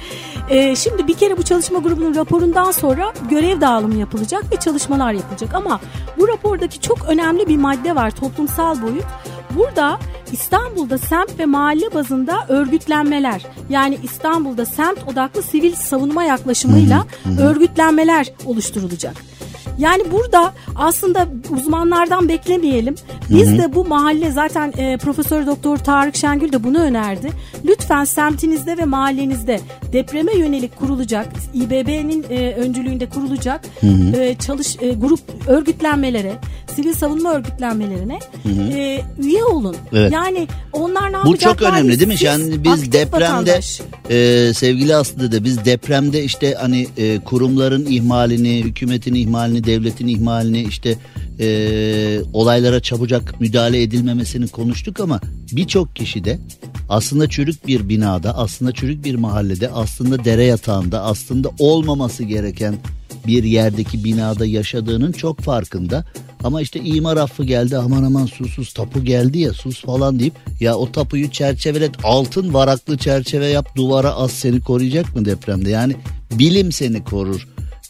Speaker 4: Şimdi bir kere bu çalışma grubunun raporundan sonra görev dağılımı yapılacak ve çalışmalar yapılacak. Ama bu rapordaki çok önemli bir madde var, toplumsal boyut. Burada İstanbul'da semt ve mahalle bazında örgütlenmeler, yani İstanbul'da semt odaklı sivil savunma yaklaşımıyla örgütlenmeler oluşturulacak. Yani burada aslında uzmanlardan beklemeyelim. Biz de bu mahalle, zaten Profesör Doktor Tarık Şengül de bunu önerdi. Lütfen semtinizde ve mahallenizde depreme yönelik kurulacak, İBB'nin öncülüğünde kurulacak grup örgütlenmelere, sivil savunma örgütlenmelerine üye olun.
Speaker 3: Evet.
Speaker 4: Yani onlar ne yapacaklar?
Speaker 3: Bu çok önemli değil mi? Yani biz depremde sevgili Aslı da biz depremde işte hani kurumların ihmalini, hükümetin ihmalini, devletin ihmalini, işte olaylara çabucak müdahale edilmemesini konuştuk ama birçok kişi de aslında çürük bir binada, aslında çürük bir mahallede, aslında dere yatağında, aslında olmaması gereken bir yerdeki binada yaşadığının çok farkında. Ama işte imar affı geldi, aman sus tapu geldi ya, sus falan deyip ya o tapuyu çerçevelet, altın varaklı çerçeve yap, duvara as, seni koruyacak mı depremde? Yani bilim seni korur,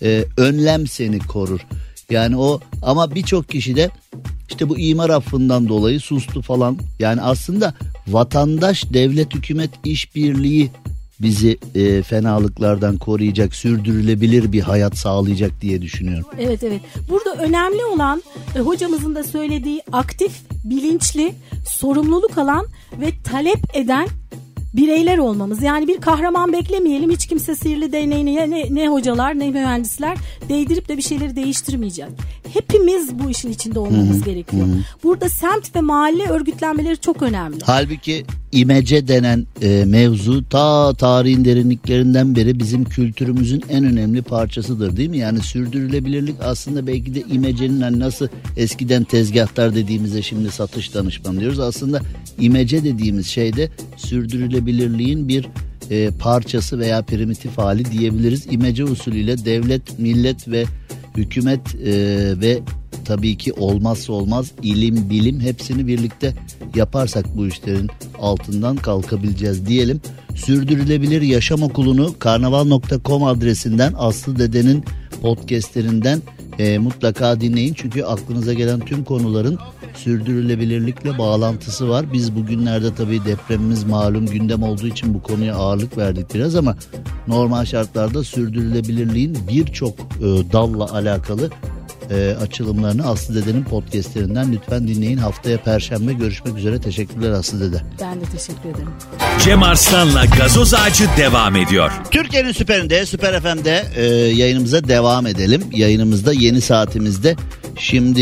Speaker 3: önlem seni korur. Yani o, ama birçok kişi de işte bu imar affından dolayı sustu falan. Yani aslında vatandaş devlet hükümet işbirliği bizi fenalıklardan koruyacak, sürdürülebilir bir hayat sağlayacak diye düşünüyorum.
Speaker 4: Evet. Burada önemli olan hocamızın da söylediği aktif, bilinçli, sorumluluk alan ve talep eden bireyler olmamız. Yani bir kahraman beklemeyelim. Hiç kimse sihirli değneğini ne hocalar ne mühendisler değdirip de bir şeyleri değiştirmeyecek. Hepimiz bu işin içinde olmamız gerekiyor. Burada semt ve mahalle örgütlenmeleri çok önemli.
Speaker 3: Halbuki imece denen mevzu ta tarihin derinliklerinden beri bizim kültürümüzün en önemli parçasıdır değil mi? Yani sürdürülebilirlik aslında belki de imecenin, hani nasıl eskiden tezgahtar dediğimizde şimdi satış danışmanı diyoruz. Aslında imece dediğimiz şey de sürdürülebilirliğin bir parçası veya primitif hali diyebiliriz. İmece usulüyle devlet, millet ve hükümet ve tabii ki olmazsa olmaz ilim, bilim, hepsini birlikte yaparsak bu işlerin altından kalkabileceğiz diyelim. Sürdürülebilir Yaşam Okulu'nu karnaval.com adresinden, Aslı Dede'nin podcastlerinden mutlaka dinleyin. Çünkü aklınıza gelen tüm konuların sürdürülebilirlikle bağlantısı var. Biz bugünlerde tabii depremimiz malum gündem olduğu için bu konuya ağırlık verdik biraz, ama normal şartlarda sürdürülebilirliğin birçok dalla alakalı açılımlarını Aslı Dede'nin podcastlerinden lütfen dinleyin. Haftaya Perşembe görüşmek üzere. Teşekkürler Aslı Dede.
Speaker 4: Ben de teşekkür ederim.
Speaker 2: Cem Arslan'la Gazoz Ağacı devam ediyor.
Speaker 3: Türkiye'nin süperinde, Süper FM'de yayınımıza devam edelim. Yayınımızda yeni saatimizde. Şimdi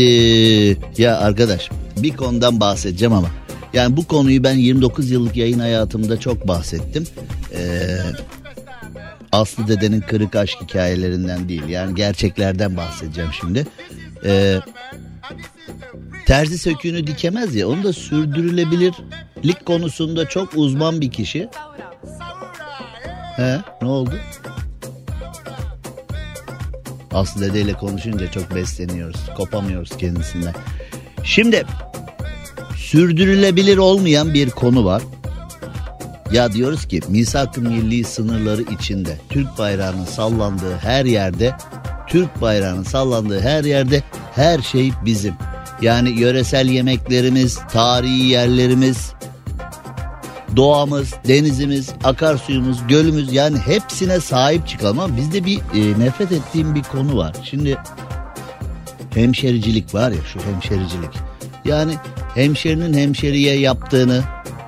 Speaker 3: ya arkadaş, bir konudan bahsedeceğim ama yani bu konuyu ben 29 yıllık yayın hayatımda çok bahsettim. Aslı Dede'nin kırık aşk hikayelerinden değil, yani gerçeklerden bahsedeceğim şimdi. Terzi söküğünü dikemez ya, onu da sürdürülebilirlik konusunda çok uzman bir kişi. Ne oldu? Aslı Dede ile konuşunca çok besleniyoruz, kopamıyoruz kendisinden. Şimdi sürdürülebilir olmayan bir konu var. Ya diyoruz ki misak-ı milli sınırları içinde Türk bayrağının sallandığı her yerde her şey bizim. Yani yöresel yemeklerimiz, tarihi yerlerimiz, doğamız, denizimiz, akarsuyumuz, gölümüz, yani hepsine sahip çıkalım. Ama bizde bir nefret ettiğim bir konu var. Şimdi hemşericilik var ya, şu hemşericilik. Yani hemşerinin hemşeriye yaptığını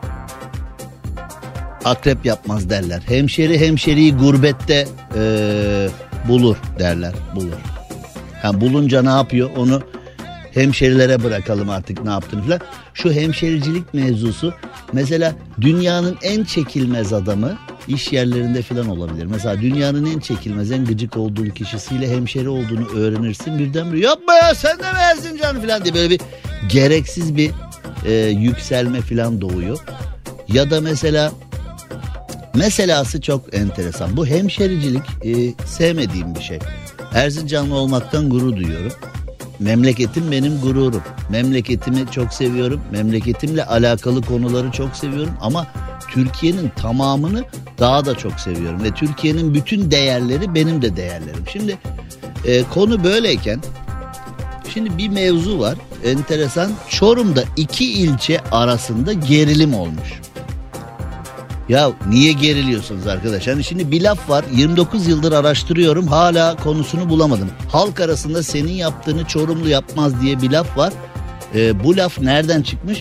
Speaker 3: akrep yapmaz derler. Hemşeriyi gurbette bulur derler. Yani bulunca ne yapıyor? Onu hemşerilere bırakalım artık ne yaptığını falan. Şu hemşericilik mevzusu, mesela dünyanın en çekilmez adamı iş yerlerinde falan olabilir. Mesela dünyanın en çekilmez, en gıcık olduğun kişisiyle hemşeri olduğunu öğrenirsin. Birdenbire yapma ya, sen de mi Erzincan falan diye böyle bir gereksiz bir yükselme falan doğuyor. Ya da meselası çok enteresan. Bu hemşericilik sevmediğim bir şey. Erzincanlı olmaktan gurur duyuyorum. memleketim benim gururum. Memleketimi çok seviyorum. Memleketimle alakalı konuları çok seviyorum. Ama Türkiye'nin tamamını daha da çok seviyorum. Ve Türkiye'nin bütün değerleri benim de değerlerim. Şimdi konu böyleyken şimdi bir mevzu var. Enteresan. Çorum'da 2 ilçe arasında gerilim olmuş. Ya niye geriliyorsunuz arkadaş? Hani şimdi bir laf var. 29 yıldır araştırıyorum. Hala konusunu bulamadım. Halk arasında senin yaptığını Çorumlu yapmaz diye bir laf var. Bu laf nereden çıkmış?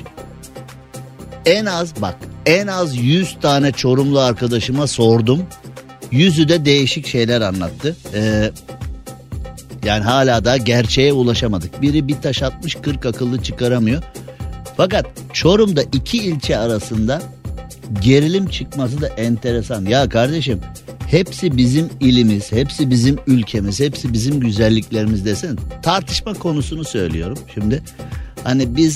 Speaker 3: En az 100 tane Çorumlu arkadaşıma sordum. 100'ü de değişik şeyler anlattı. Yani hala da gerçeğe ulaşamadık. Biri bir taş atmış 40 akıllı çıkaramıyor. Fakat Çorum'da 2 ilçe arasında gerilim çıkması da enteresan. Ya kardeşim, hepsi bizim ilimiz, hepsi bizim ülkemiz, hepsi bizim güzelliklerimiz desene. Tartışma konusunu söylüyorum şimdi. Hani biz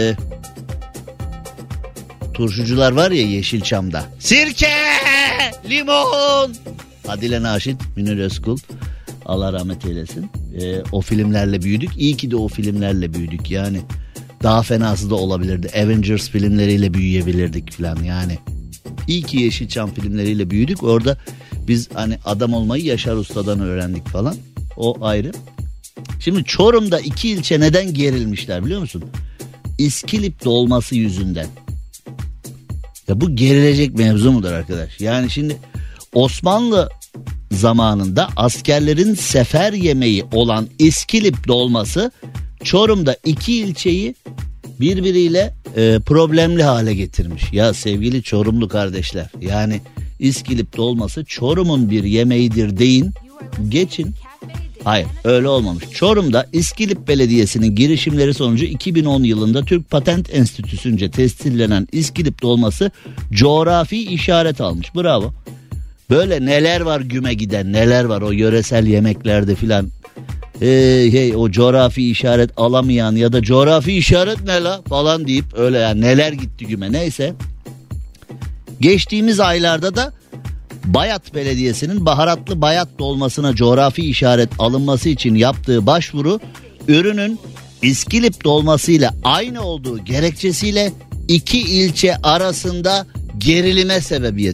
Speaker 3: turşucular var ya Yeşilçam'da. Sirke, limon. Adile Naşit, Münir Özkul, Allah rahmet eylesin. O filmlerle büyüdük. İyi ki de o filmlerle büyüdük yani. Daha fenası da olabilirdi. Avengers filmleriyle büyüyebilirdik falan yani. İyi ki Yeşilçam filmleriyle büyüdük. Orada biz hani adam olmayı Yaşar Usta'dan öğrendik falan. O ayrı. Şimdi Çorum'da 2 ilçe neden gerilmişler biliyor musun? İskilip dolması yüzünden. Ya bu gerilecek mevzu mudur arkadaş? Yani şimdi Osmanlı zamanında askerlerin sefer yemeği olan İskilip dolması Çorum'da 2 ilçeyi birbiriyle problemli hale getirmiş. Ya sevgili Çorumlu kardeşler, yani İskilip dolması Çorum'un bir yemeğidir deyin, geçin. Hayır, öyle olmamış. Çorum'da İskilip Belediyesi'nin girişimleri sonucu 2010 yılında Türk Patent Enstitüsü'nce tescillenen İskilip dolması coğrafi işaret almış. Bravo. Böyle neler var güme giden, neler var o yöresel yemeklerde filan. O coğrafi işaret alamayan ya da coğrafi işaret ne la falan deyip öyle yani neler gitti güme, neyse. Geçtiğimiz aylarda da Bayat Belediyesi'nin baharatlı bayat dolmasına coğrafi işaret alınması için yaptığı başvuru ürünün İskilip dolmasıyla aynı olduğu gerekçesiyle 2 ilçe arasında gerilime sebebiyet.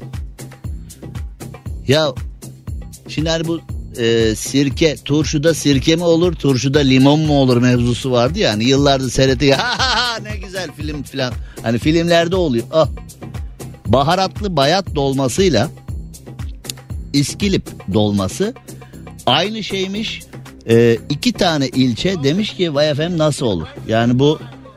Speaker 3: Ya şimdi hani bu sirke, turşuda sirke mi olur, turşuda limon mu olur mevzusu vardı ya, hani yıllardır seyrediyor. Ne güzel film filan. Hani filmlerde oluyor. Baharatlı bayat dolmasıyla İskilip dolması aynı şeymiş. 2 tane ilçe demiş ki vay efendim nasıl olur? Yani bu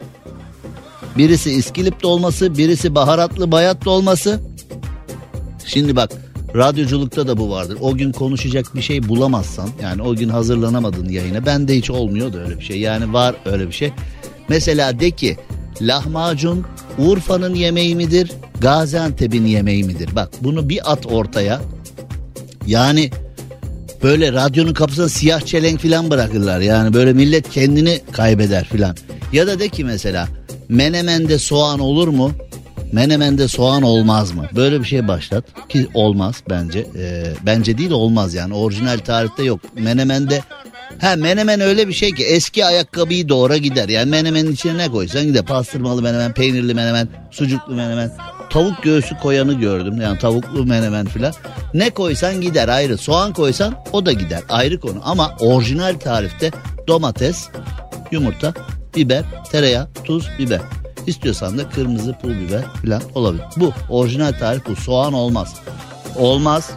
Speaker 3: birisi İskilip dolması, birisi baharatlı bayat dolması. Şimdi bak, radyoculukta da bu vardır. O gün konuşacak bir şey bulamazsan, yani o gün hazırlanamadın yayına. Bende hiç olmuyordu öyle bir şey. Yani var öyle bir şey. Mesela de ki lahmacun Urfa'nın yemeği midir, Gaziantep'in yemeği midir? Bak bunu bir at ortaya. Yani böyle radyonun kapısına siyah çelenk filan bırakırlar. Yani böyle millet kendini kaybeder filan. Ya da de ki mesela menemende soğan olur mu? Menemende soğan olmaz mı? Böyle bir şey başlat ki olmaz bence. Bence değil, olmaz yani. Orijinal tarifte yok. Menemende menemen öyle bir şey ki eski ayakkabıyı doğra gider. Yani menemenin içine ne koysan gider. Pastırmalı menemen, peynirli menemen, sucuklu menemen. Tavuk göğsü koyanı gördüm. Yani tavuklu menemen filan. Ne koysan gider ayrı. Soğan koysan o da gider. Ayrı konu. Ama orijinal tarifte domates, yumurta, biber, tereyağı, tuz, biber. İstiyorsan da kırmızı pul biber filan olabilir. Bu orijinal tarif bu. Soğan olmaz. Olmaz.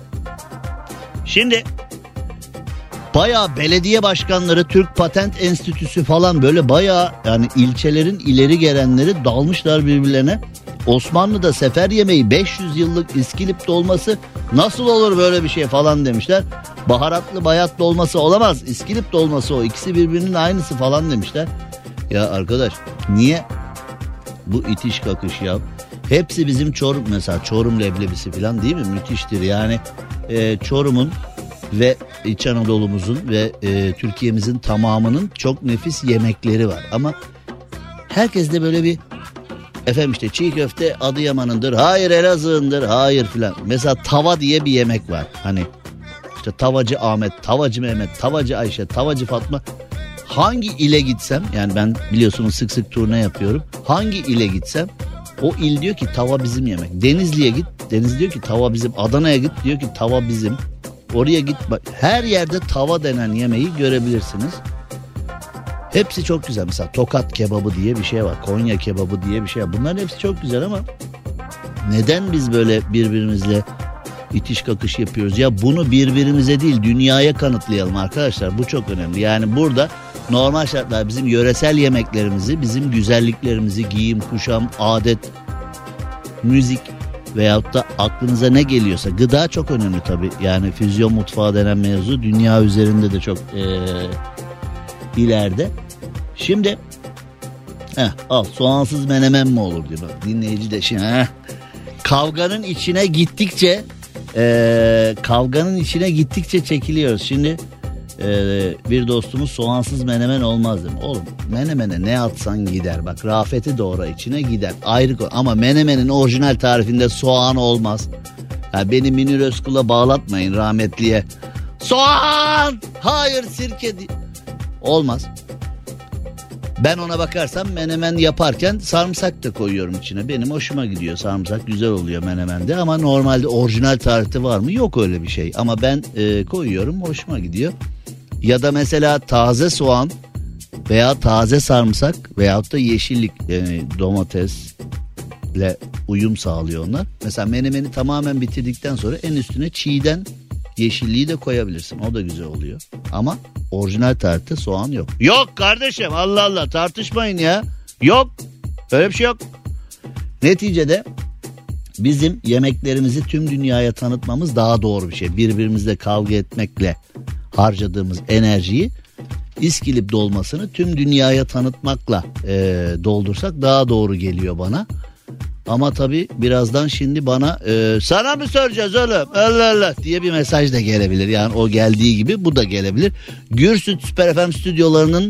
Speaker 3: Şimdi bayağı belediye başkanları, Türk Patent Enstitüsü falan böyle bayağı yani ilçelerin ileri gelenleri dalmışlar birbirlerine. Osmanlı'da sefer yemeği 500 yıllık İskilip dolması nasıl olur böyle bir şey falan demişler. Baharatlı bayat dolması olamaz, İskilip dolması o, ikisi birbirinin aynısı falan demişler. Ya arkadaş niye bu itiş kakış ya? Hepsi bizim Çorum, mesela Çorum leblebisi falan değil mi? Müthiştir yani. Çorum'un ve İç Anadolu'muzun ve Türkiye'mizin tamamının çok nefis yemekleri var. Ama herkes de böyle bir efendim işte çiğ köfte Adıyaman'ındır, hayır Elazığ'ındır, hayır filan. Mesela tava diye bir yemek var. Hani işte tavacı Ahmet, tavacı Mehmet, tavacı Ayşe, tavacı Fatma. hangi ile gitsem, yani ben biliyorsunuz sık sık turne yapıyorum. Hangi ile gitsem o il diyor ki tava bizim yemek. Denizli'ye git, Deniz diyor ki tava bizim. Adana'ya git, diyor ki tava bizim. Oraya git, bak her yerde tava denen yemeği görebilirsiniz. Hepsi çok güzel. Mesela Tokat kebabı diye bir şey var. Konya kebabı diye bir şey var. Bunların hepsi çok güzel ama neden biz böyle birbirimizle itiş kakış yapıyoruz? Ya bunu birbirimize değil, dünyaya kanıtlayalım arkadaşlar. Bu çok önemli. Yani burada normal şartlar bizim yöresel yemeklerimizi, bizim güzelliklerimizi, giyim, kuşam, adet, müzik veyahut da aklınıza ne geliyorsa, gıda çok önemli tabii. Yani füzyon mutfağı denen mevzu dünya üzerinde de çok ileride. Şimdi al soğansız menemen mi olur diyor. Bak, dinleyici de şimdi kavganın içine gittikçe çekiliyoruz. Şimdi bir dostumuz soğansız menemen olmaz dedim. Oğlum menemene ne atsan gider. Bak rafeti doğra içine gider. Ayrı konu. Ama menemenin orijinal tarifinde soğan olmaz. Ya beni Münir Özkul'a bağlatmayın rahmetliye. Soğan! Hayır sirke değil. Olmaz. Ben ona bakarsam menemen yaparken sarımsak da koyuyorum içine. Benim hoşuma gidiyor. Sarımsak güzel oluyor menemende ama normalde orijinal tarifte var mı? Yok öyle bir şey. Ama ben koyuyorum, hoşuma gidiyor. Ya da mesela taze soğan veya taze sarımsak veyahut da yeşillik, domatesle uyum sağlıyor onlar. Mesela menemeni tamamen bitirdikten sonra en üstüne çiğden yeşilliği de koyabilirsin. O da güzel oluyor. Ama orijinal tarifte soğan yok. Yok kardeşim, Allah Allah, tartışmayın ya. Yok. Öyle bir şey yok. Neticede bizim yemeklerimizi tüm dünyaya tanıtmamız daha doğru bir şey. Birbirimizle kavga etmekle harcadığımız enerjiyi İskilip dolmasını tüm dünyaya tanıtmakla doldursak daha doğru geliyor bana. Ama tabii birazdan şimdi bana sana mı soracağız oğlum Allah Allah diye bir mesaj da gelebilir. Yani o geldiği gibi bu da gelebilir. Gürsüt Süper FM stüdyolarının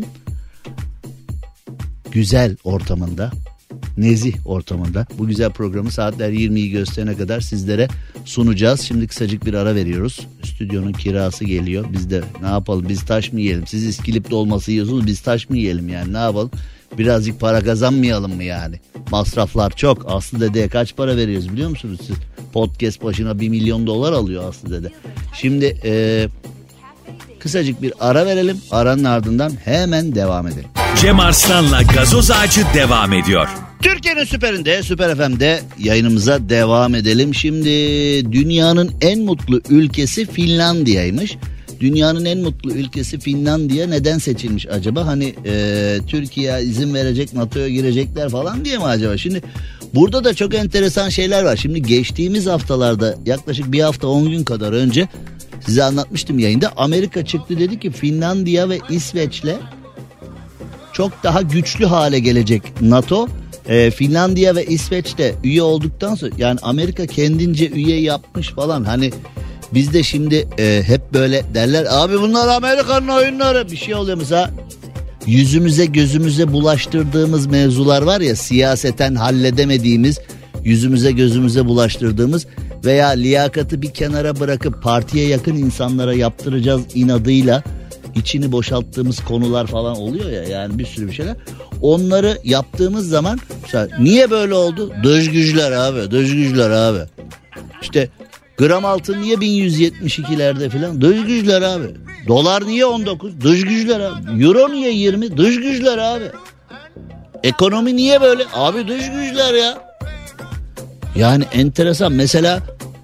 Speaker 3: güzel ortamında, nezih ortamında bu güzel programı saatler 20'yi gösterene kadar sizlere sunacağız. Şimdi kısacık bir ara veriyoruz. Stüdyonun kirası geliyor. Biz de ne yapalım, biz taş mı yiyelim? Siz İskilip dolması yiyorsunuz, biz taş mı yiyelim yani, ne yapalım? Birazcık para kazanmayalım mı yani? Masraflar çok. Aslı Dede'ye kaç para veriyoruz biliyor musunuz siz? Podcast başına $1 milyon alıyor Aslı Dede. Şimdi kısacık bir ara verelim. Aranın ardından hemen devam edelim.
Speaker 2: Cem Arslan'la Gazoz Ağacı devam ediyor.
Speaker 3: Türkiye'nin süperinde, Süper FM'de yayınımıza devam edelim. Şimdi dünyanın en mutlu ülkesi Finlandiya'ymış. Dünyanın en mutlu ülkesi Finlandiya neden seçilmiş acaba? Hani Türkiye izin verecek, NATO'ya girecekler falan diye mi acaba? Şimdi burada da çok enteresan şeyler var. Şimdi geçtiğimiz haftalarda yaklaşık bir hafta 10 gün kadar önce size anlatmıştım yayında. Amerika çıktı, dedi ki Finlandiya ve İsveç'le çok daha güçlü hale gelecek NATO. Finlandiya ve İsveç de üye olduktan sonra, yani Amerika kendince üye yapmış falan. Hani biz de şimdi hep böyle derler, abi bunlar Amerika'nın oyunları, bir şey oluyor mesela. Yüzümüze gözümüze bulaştırdığımız mevzular var ya, siyaseten halledemediğimiz, yüzümüze gözümüze bulaştırdığımız veya liyakatı bir kenara bırakıp partiye yakın insanlara yaptıracağız inadıyla içini boşalttığımız konular falan oluyor ya, yani bir sürü bir şeyler. Onları yaptığımız zaman mesela niye böyle oldu? Dış güçler abi, dış güçler abi. İşte gram altın niye 1172'lerde falan? Dış güçler abi. Dolar niye 19? Dış güçler abi. Euro niye 20? Dış güçler abi. Ekonomi niye böyle? Abi dış güçler ya. Yani enteresan. Mesela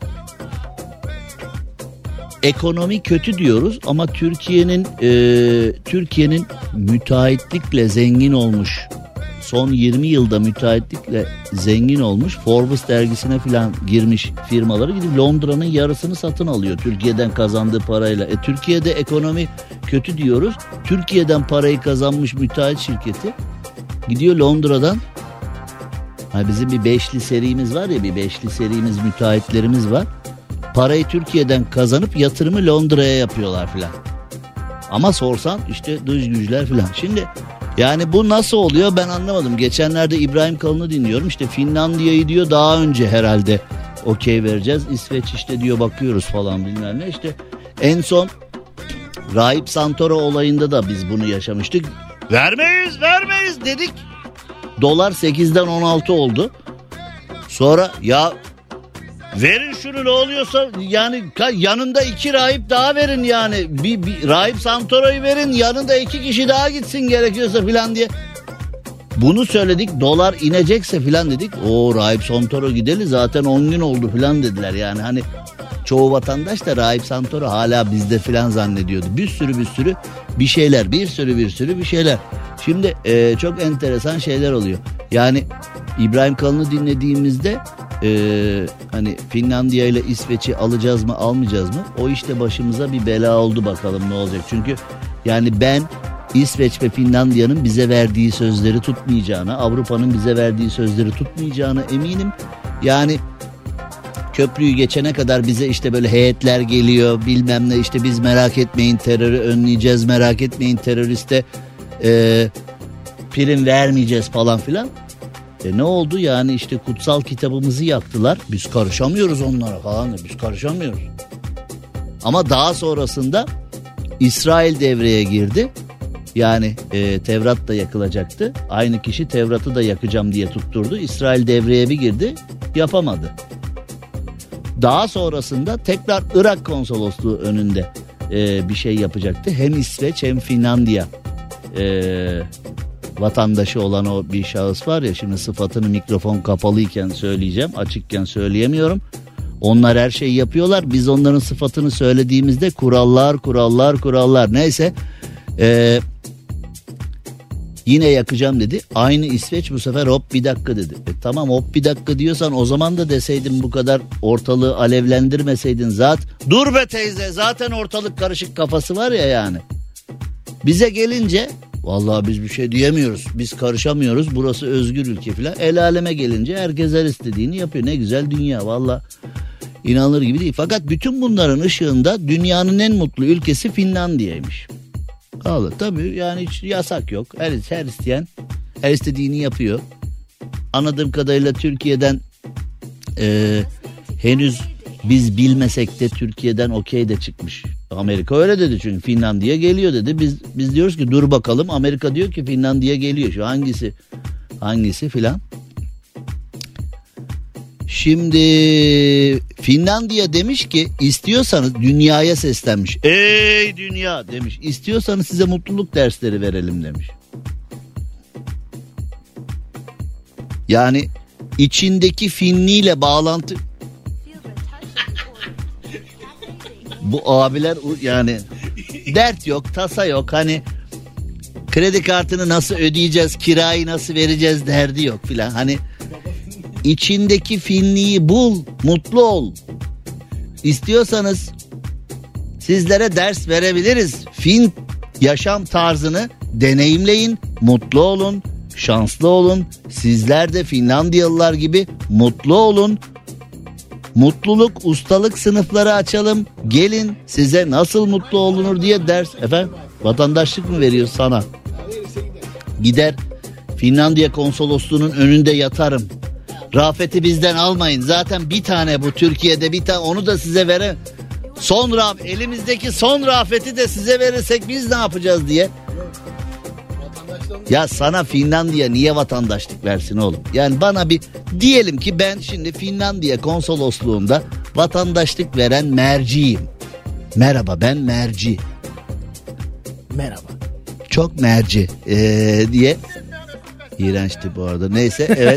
Speaker 3: ekonomi kötü diyoruz ama Türkiye'nin müteahhitlikle zengin olmuş, son 20 yılda müteahhitlikle zengin olmuş, Forbes dergisine falan girmiş firmaları gidip Londra'nın yarısını satın alıyor Türkiye'den kazandığı parayla. Türkiye'de ekonomi kötü diyoruz. Türkiye'den parayı kazanmış müteahhit şirketi gidiyor Londra'dan. Bizim bir beşli serimiz var ya, bir beşli serimiz, müteahhitlerimiz var. Parayı Türkiye'den kazanıp yatırımı Londra'ya yapıyorlar filan. Ama sorsan işte dış güçler filan. Şimdi yani bu nasıl oluyor ben anlamadım. Geçenlerde İbrahim Kalın'ı dinliyorum. İşte Finlandiya'yı diyor daha önce herhalde okey vereceğiz. İsveç işte diyor bakıyoruz falan bilmem ne. İşte en son Rahip Santoro olayında da biz bunu yaşamıştık. Vermeyiz dedik. Dolar 8'den 16 oldu. Sonra ya verin şunu ne oluyorsa yani yanında 2 rahip daha verin yani. Bir Rahip Santoro'yu verin, yanında 2 kişi daha gitsin gerekiyorsa filan diye. Bunu söyledik, dolar inecekse filan dedik. O Rahip Santoro gideli zaten 10 gün oldu filan dediler. Yani hani çoğu vatandaş da Rahip Santoro hala bizde filan zannediyordu. Bir sürü bir şeyler, bir sürü bir şeyler. Şimdi çok enteresan şeyler oluyor. Yani İbrahim Kalın'ı dinlediğimizde hani Finlandiya ile İsveç'i alacağız mı almayacağız mı? O işte başımıza bir bela oldu, bakalım ne olacak. Çünkü yani ben İsveç ve Finlandiya'nın bize verdiği sözleri tutmayacağına, Avrupa'nın bize verdiği sözleri tutmayacağına eminim. Yani köprüyü geçene kadar bize işte böyle heyetler geliyor, bilmem ne, işte biz merak etmeyin terörü önleyeceğiz, merak etmeyin teröriste prim vermeyeceğiz falan filan. Ne oldu yani, işte kutsal kitabımızı yaktılar, biz karışamıyoruz onlara falan, biz karışamıyoruz. Ama daha sonrasında İsrail devreye girdi. Yani Tevrat da yakılacaktı. Aynı kişi Tevrat'ı da yakacağım diye tutturdu. İsrail devreye bir girdi, yapamadı. Daha sonrasında tekrar Irak konsolosluğu önünde bir şey yapacaktı. Hem İsveç hem Finlandiya vatandaşı olan o bir şahıs var ya, şimdi sıfatını mikrofon kapalıyken söyleyeceğim, açıkken söyleyemiyorum. Onlar her şeyi yapıyorlar. Biz onların sıfatını söylediğimizde kurallar. Neyse yine yakacağım dedi. Aynı İsveç bu sefer hop bir dakika dedi. Tamam hop bir dakika diyorsan o zaman da deseydin, bu kadar ortalığı alevlendirmeseydin zaten. Dur be teyze, zaten ortalık karışık kafası var ya yani. Bize gelince vallahi biz bir şey diyemiyoruz, biz karışamıyoruz, burası özgür ülke falan. El aleme gelince herkes her istediğini yapıyor. Ne güzel dünya, vallahi inanılır gibi değil. Fakat bütün bunların ışığında dünyanın en mutlu ülkesi Finlandiya'ymış. Tabii yani hiç yasak yok. Her isteyen her istediğini yapıyor. Anladığım kadarıyla Türkiye'den henüz biz bilmesek de Türkiye'den okey de çıkmış. Amerika öyle dedi, çünkü Finlandiya geliyor dedi. Biz diyoruz ki dur bakalım. Amerika diyor ki Finlandiya geliyor. Şu hangisi filan. Şimdi Finlandiya demiş ki istiyorsanız, dünyaya seslenmiş. Ey dünya demiş, istiyorsanız size mutluluk dersleri verelim demiş. Yani içindeki Finliyle bağlantı. Bu abiler yani dert yok, tasa yok. Hani kredi kartını nasıl ödeyeceğiz, kirayı nasıl vereceğiz derdi yok filan. Hani İçindeki Finliyi bul, mutlu ol. İstiyorsanız sizlere ders verebiliriz. Fin yaşam tarzını deneyimleyin, mutlu olun, şanslı olun. Sizler de Finlandiyalılar gibi mutlu olun. Mutluluk, ustalık sınıfları açalım. Gelin size nasıl mutlu olunur diye ders. Efendim, vatandaşlık mı veriyor sana? Gider Finlandiya konsolosluğunun önünde yatarım. Rafeti bizden almayın. Zaten bir tane bu Türkiye'de, bir tane, onu da size vere. Elimizdeki son rafeti de size verirsek biz ne yapacağız diye. Ya sana Finlandiya niye vatandaşlık versin oğlum? Yani bana bir diyelim ki ben şimdi Finlandiya konsolosluğunda vatandaşlık veren merciyim. Merhaba, ben merci. Merhaba. Çok merci diye. İğrençti bu arada. Neyse evet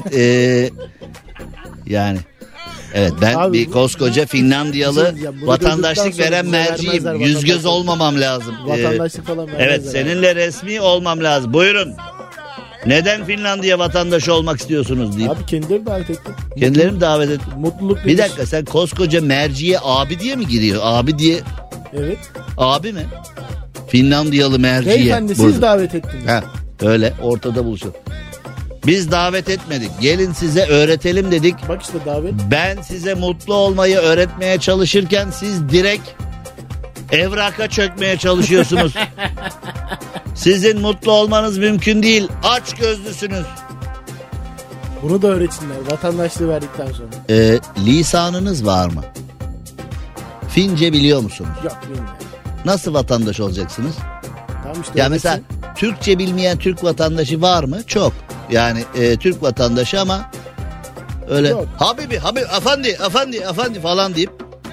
Speaker 3: yani evet ben abi, bir koskoca Finlandiyalı vatandaşlık veren merciyim. Yüz göz olmamam lazım.
Speaker 5: Vatandaşlık falan
Speaker 3: evet, seninle resmi olmam lazım. Buyurun. Neden Finlandiya vatandaşı olmak istiyorsunuz deyip.
Speaker 5: Abi kendileri davet ettim.
Speaker 3: Kendileri mi davet ettim?
Speaker 5: Mutluluk.
Speaker 3: Bir dakika, sen koskoca merciye abi diye mi giriyor? Abi diye.
Speaker 5: Evet.
Speaker 3: Abi mi? Finlandiyalı merciye.
Speaker 5: Beyefendi siz davet ettiniz.
Speaker 3: Ha, öyle ortada buluşalım. Biz davet etmedik. Gelin size öğretelim dedik.
Speaker 5: Bak işte davet.
Speaker 3: Ben size mutlu olmayı öğretmeye çalışırken siz direkt evraka çökmeye çalışıyorsunuz. Sizin mutlu olmanız mümkün değil. Aç gözlüsünüz.
Speaker 5: Bunu da öğretsinler vatandaşlığı verdikten sonra.
Speaker 3: Lisanınız var mı? Fince biliyor musunuz?
Speaker 5: Yok, bilmiyorum.
Speaker 3: Nasıl vatandaş olacaksınız?
Speaker 5: Tamam işte.
Speaker 3: Ya mesela Türkçe bilmeyen Türk vatandaşı var mı? Çok. Yani Türk vatandaşı ama öyle
Speaker 5: Yok.
Speaker 3: Habibi efendi falan deyip.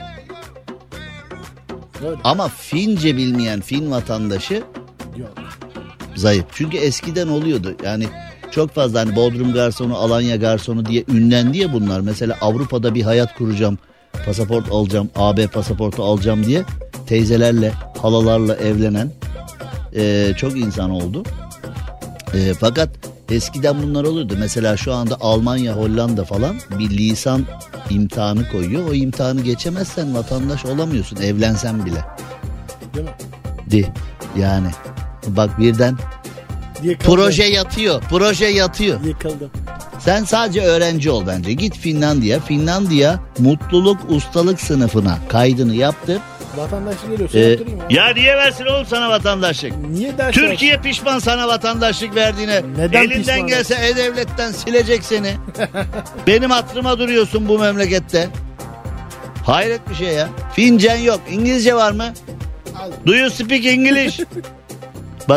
Speaker 5: Öyle.
Speaker 3: Ama Fince bilmeyen Fin vatandaşı
Speaker 5: Yok.
Speaker 3: zayıf. Çünkü eskiden oluyordu. Yani çok fazla hani Bodrum garsonu, Alanya garsonu diye ünlendi ya bunlar. Mesela Avrupa'da bir hayat kuracağım, pasaport alacağım, AB pasaportu alacağım diye teyzelerle, halalarla evlenen çok insan oldu. Fakat eskiden bunlar oluyordu. Mesela şu anda Almanya, Hollanda falan bir lisan imtihanı koyuyor. O imtihanı geçemezsen vatandaş olamıyorsun, evlensen bile.
Speaker 5: Değil mi?
Speaker 3: Yani bak birden
Speaker 5: Yıkıldım.
Speaker 3: proje yatıyor.
Speaker 5: Yıkıldım.
Speaker 3: Sen sadece öğrenci ol bence. Git Finlandiya mutluluk ustalık sınıfına kaydını yaptır.
Speaker 5: Vatandaşlık geliyorsa yaptırayım ya.
Speaker 3: Ya niye versin oğlum sana vatandaşlık?
Speaker 5: Niye ders
Speaker 3: Türkiye pişman sana vatandaşlık verdiğine.
Speaker 5: Neden
Speaker 3: Elinden
Speaker 5: pişman?
Speaker 3: gelse E-Devlet'ten silecek seni. Benim hatırıma duruyorsun bu memlekette. Hayret bir şey ya. Fincen yok. İngilizce var mı? Do you speak English? Bak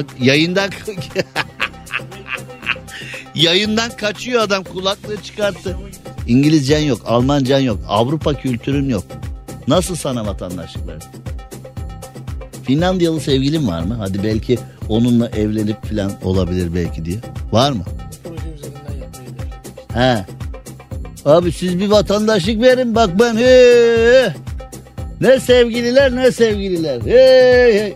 Speaker 3: yayından kaçıyor adam, kulaklığı çıkarttı. İngilizcen yok, Almancan yok, Avrupa kültürün yok. Nasıl sana vatandaşlık verdi? Finlandiyalı sevgilin var mı? Hadi belki onunla evlenip falan olabilir belki diye. Var mı?
Speaker 5: Proje üzerinden yapmayı
Speaker 3: He. Abi siz bir vatandaşlık verin bak ben ne sevgililer. Hey.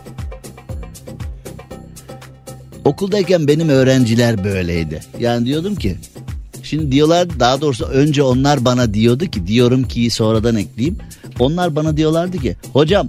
Speaker 3: Okuldayken benim öğrenciler böyleydi. Yani diyordum ki, şimdi diyorlar, daha doğrusu önce onlar bana diyordu ki, diyorum ki sonradan ekleyeyim. Onlar bana diyorlardı ki hocam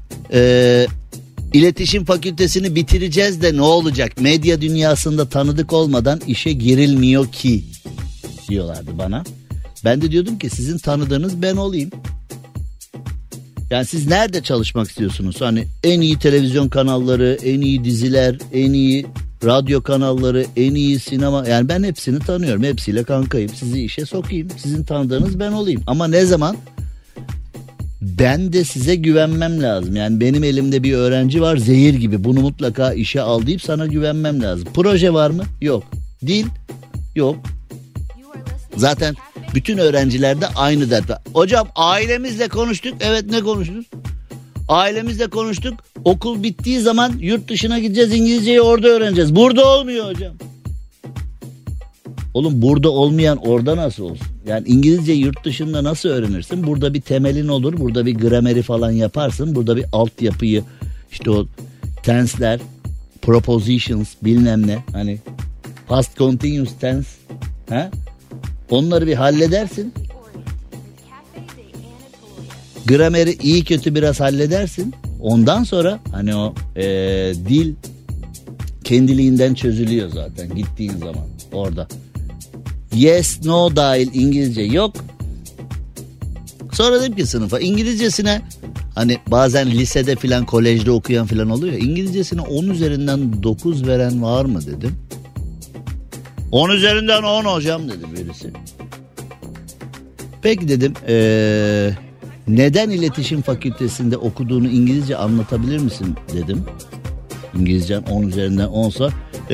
Speaker 3: iletişim fakültesini bitireceğiz de ne olacak? Medya dünyasında tanıdık olmadan işe girilmiyor ki diyorlardı bana. Ben de diyordum ki sizin tanıdığınız ben olayım. Yani siz nerede çalışmak istiyorsunuz? Hani en iyi televizyon kanalları, en iyi diziler, en iyi radyo kanalları, en iyi sinema. Yani ben hepsini tanıyorum. Hepsiyle kankayım. Sizi işe sokayım. Sizin tanıdığınız ben olayım. Ama ne zaman? Ben de size güvenmem lazım. Yani benim elimde bir öğrenci var zehir gibi. Bunu mutlaka işe al deyip sana güvenmem lazım. Proje var mı? Yok. Dil? Yok. Zaten bütün öğrencilerde aynı dert var. Hocam ailemizle konuştuk. Evet, ne konuştunuz? Ailemizle konuştuk. Okul bittiği zaman yurt dışına gideceğiz. İngilizceyi orada öğreneceğiz. Burada olmuyor hocam. Oğlum burada olmayan orada nasıl olsun? Yani İngilizce yurt dışında nasıl öğrenirsin? Burada bir temelin olur. Burada bir grameri falan yaparsın. Burada bir altyapıyı, işte o tense'ler, propositions bilmem ne. Hani past continuous tense. Ha? Onları bir halledersin. Grameri iyi kötü biraz halledersin. Ondan sonra hani o dil kendiliğinden çözülüyor zaten gittiğin zaman orada. Yes, no dahil İngilizce yok. Sonra dedim ki sınıfa İngilizcesine, hani bazen lisede filan kolejde okuyan filan oluyor ya, İngilizcesine 10 üzerinden 9 veren var mı dedim. 10 üzerinden 10 hocam dedi birisi. Peki dedim neden iletişim fakültesinde okuduğunu İngilizce anlatabilir misin dedim. İngilizcen 10 üzerinden 10'sa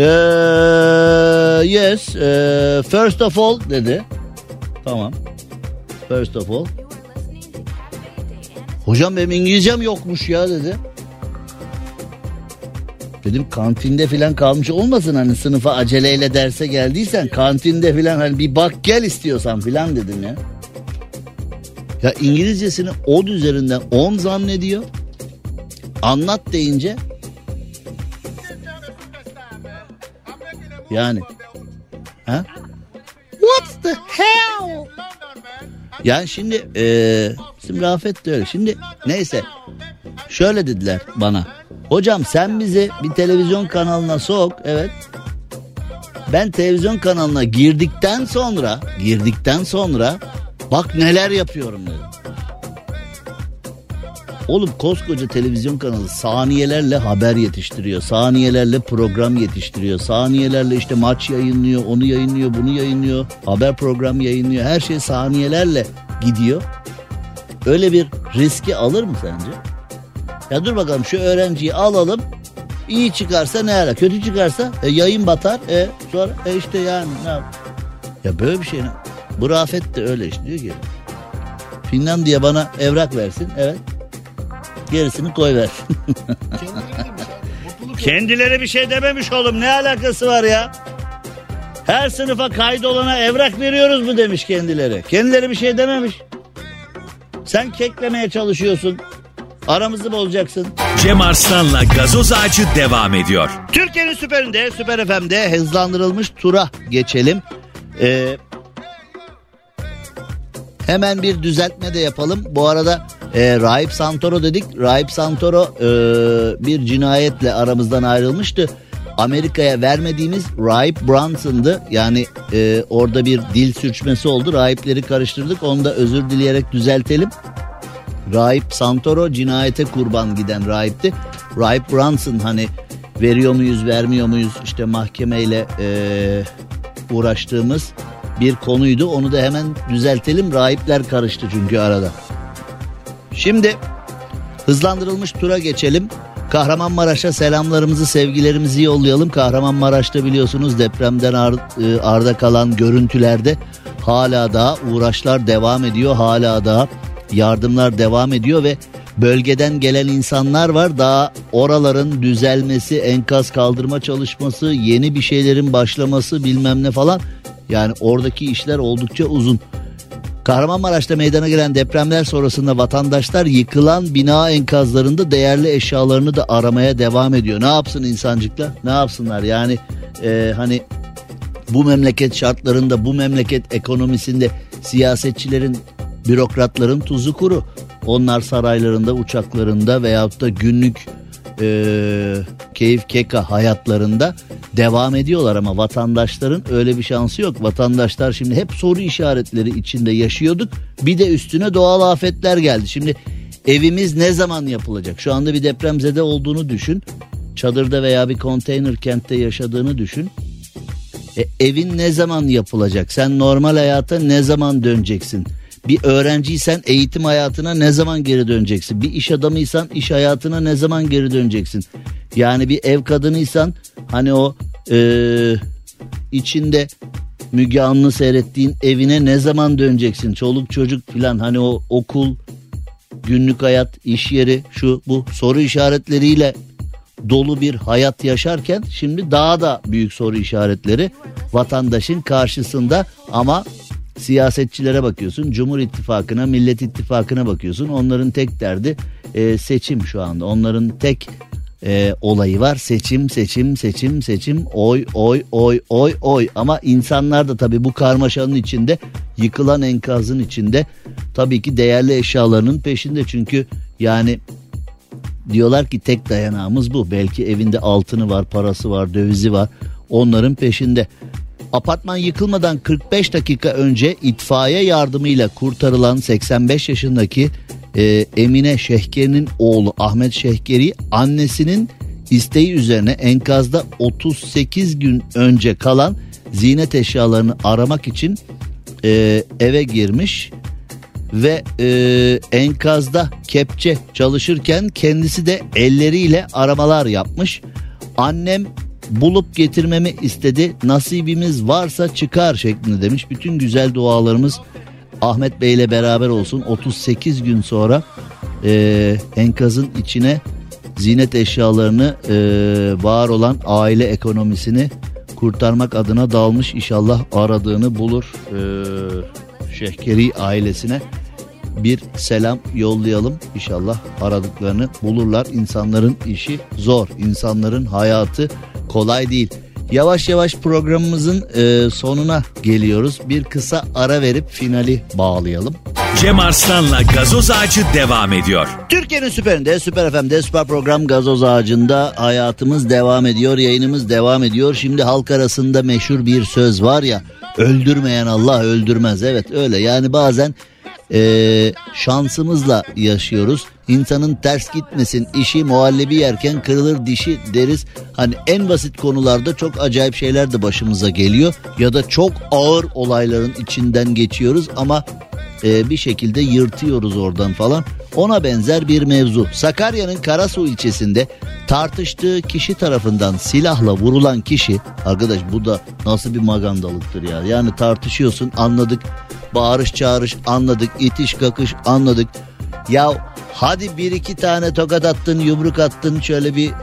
Speaker 3: yes first of all dedi. Tamam, first of all. Hocam benim İngilizcem yokmuş ya dedi. Dedim kantinde filan kalmış olmasın, hani sınıfa aceleyle derse geldiysen kantinde filan hani bir bak gel istiyorsan filan dedim ya. Ya İngilizcesini 10 üzerinden 10 zannediyor. Anlat deyince yani ha? What the hell? Yani şimdi bizim Rafet de öyle. Şimdi neyse, şöyle dediler bana. Hocam sen bizi bir televizyon kanalına sok. Evet. Ben televizyon kanalına girdikten sonra bak neler yapıyorum dedim. Oğlum koskoca televizyon kanalı saniyelerle haber yetiştiriyor. Saniyelerle program yetiştiriyor. Saniyelerle işte maç yayınlıyor, onu yayınlıyor, bunu yayınlıyor. Haber programı yayınlıyor. Her şey saniyelerle gidiyor. Öyle bir riski alır mı sence? Ya dur bakalım şu öğrenciyi alalım. İyi çıkarsa ne ara? Kötü çıkarsa yayın batar. Sonra işte yani ne yap? Ya böyle bir şey ne? Bu Rafet de öyle işte diyor ki. Finlandiya bana evrak versin. Evet. Gerisini koy ver. Kendileri bir şey dememiş oğlum. Ne alakası var ya? Her sınıfa kaydolana evrak veriyoruz mu demiş kendileri. Kendileri bir şey dememiş. Sen keklemeye çalışıyorsun. Aramızı bozacaksın.
Speaker 2: Cem Arslan'la Gazoz Ağacı devam ediyor.
Speaker 3: Türkiye'nin süperinde, Süper FM'de hızlandırılmış tura geçelim. Hemen bir düzeltme de yapalım. Bu arada Rahip Santoro dedik. Rahip Santoro bir cinayetle aramızdan ayrılmıştı. Amerika'ya vermediğimiz Rahip Brunson'dı. Yani orada bir dil sürçmesi oldu. Rahipleri karıştırdık. Onu da özür dileyerek düzeltelim. Rahip Santoro cinayete kurban giden rahipti. Rahip Brunson hani veriyor muyuz vermiyor muyuz işte mahkemeyle uğraştığımız bir konuydu. Onu da hemen düzeltelim. Rahipler karıştı çünkü arada. Şimdi hızlandırılmış tura geçelim. Kahramanmaraş'a selamlarımızı, sevgilerimizi yollayalım. Kahramanmaraş'ta biliyorsunuz depremden arda kalan görüntülerde hala daha uğraşlar devam ediyor. Hala daha yardımlar devam ediyor ve bölgeden gelen insanlar var. Daha oraların düzelmesi, enkaz kaldırma çalışması, yeni bir şeylerin başlaması bilmem ne falan. Yani oradaki işler oldukça uzun. Kahramanmaraş'ta meydana gelen depremler sonrasında vatandaşlar yıkılan bina enkazlarında değerli eşyalarını da aramaya devam ediyor. Ne yapsın insancıklar? Ne yapsınlar? Yani hani bu memleket şartlarında, bu memleket ekonomisinde siyasetçilerin, bürokratların tuzu kuru. Onlar saraylarında, uçaklarında veyahut da günlük keyif keka hayatlarında devam ediyorlar ama vatandaşların öyle bir şansı yok. Vatandaşlar şimdi hep soru işaretleri içinde yaşıyorduk. Bir de üstüne doğal afetler geldi. Şimdi evimiz ne zaman yapılacak? Şu anda bir depremzede olduğunu düşün. Çadırda veya bir konteyner kentte yaşadığını düşün. Evin ne zaman yapılacak? Sen normal hayata ne zaman döneceksin? Bir öğrenciysen eğitim hayatına ne zaman geri döneceksin? Bir iş adamıysan iş hayatına ne zaman geri döneceksin? Yani bir ev kadınıysan hani o içinde Müge Anlı seyrettiğin evine ne zaman döneceksin? Çoluk çocuk filan hani o okul, günlük hayat, iş yeri şu bu soru işaretleriyle dolu bir hayat yaşarken şimdi daha da büyük soru işaretleri vatandaşın karşısında ama siyasetçilere bakıyorsun, Cumhur İttifakı'na, Millet İttifakı'na bakıyorsun. Onların tek derdi seçim şu anda. Onların tek olayı var. Seçim, oy. Ama insanlar da tabii bu karmaşanın içinde, yıkılan enkazın içinde tabii ki değerli eşyalarının peşinde. Çünkü yani diyorlar ki tek dayanağımız bu. Belki evinde altını var, parası var, dövizi var. Onların peşinde. Apartman yıkılmadan 45 dakika önce itfaiye yardımıyla kurtarılan 85 yaşındaki Emine Şehkeri'nin oğlu Ahmet Şehkeri annesinin isteği üzerine enkazda 38 gün önce kalan ziynet eşyalarını aramak için eve girmiş ve enkazda kepçe çalışırken kendisi de elleriyle aramalar yapmış. Annem bulup getirmemi istedi. Nasibimiz varsa çıkar şeklinde demiş. Bütün güzel dualarımız Ahmet Bey ile beraber olsun. 38 gün sonra enkazın içine ziynet eşyalarını var olan aile ekonomisini kurtarmak adına dalmış. İnşallah aradığını bulur. Şehkeri ailesine bir selam yollayalım. İnşallah aradıklarını bulurlar. İnsanların işi zor. İnsanların hayatı kolay değil. Yavaş yavaş programımızın sonuna geliyoruz. Bir kısa ara verip finali bağlayalım.
Speaker 2: Cem Arslan'la Gazoz Ağacı devam ediyor.
Speaker 3: Türkiye'nin süperinde, Süper FM'de, süper program Gazoz Ağacı'nda hayatımız devam ediyor. Yayınımız devam ediyor. Şimdi halk arasında meşhur bir söz var ya, öldürmeyen Allah öldürmez. Evet öyle yani bazen şansımızla yaşıyoruz. İnsanın ters gitmesin, işi muhallebi yerken kırılır dişi deriz. Hani en basit konularda çok acayip şeyler de başımıza geliyor ya da çok ağır olayların içinden geçiyoruz ama bir şekilde yırtıyoruz oradan falan. Ona benzer bir mevzu. Sakarya'nın Karasu ilçesinde tartıştığı kişi tarafından silahla vurulan kişi, arkadaş bu da nasıl bir magandalıktır ya. Yani tartışıyorsun, anladık. Bağırış çağırış anladık. İtiş kakış anladık. Ya hadi bir iki tane tokat attın, yumruk attın, şöyle bir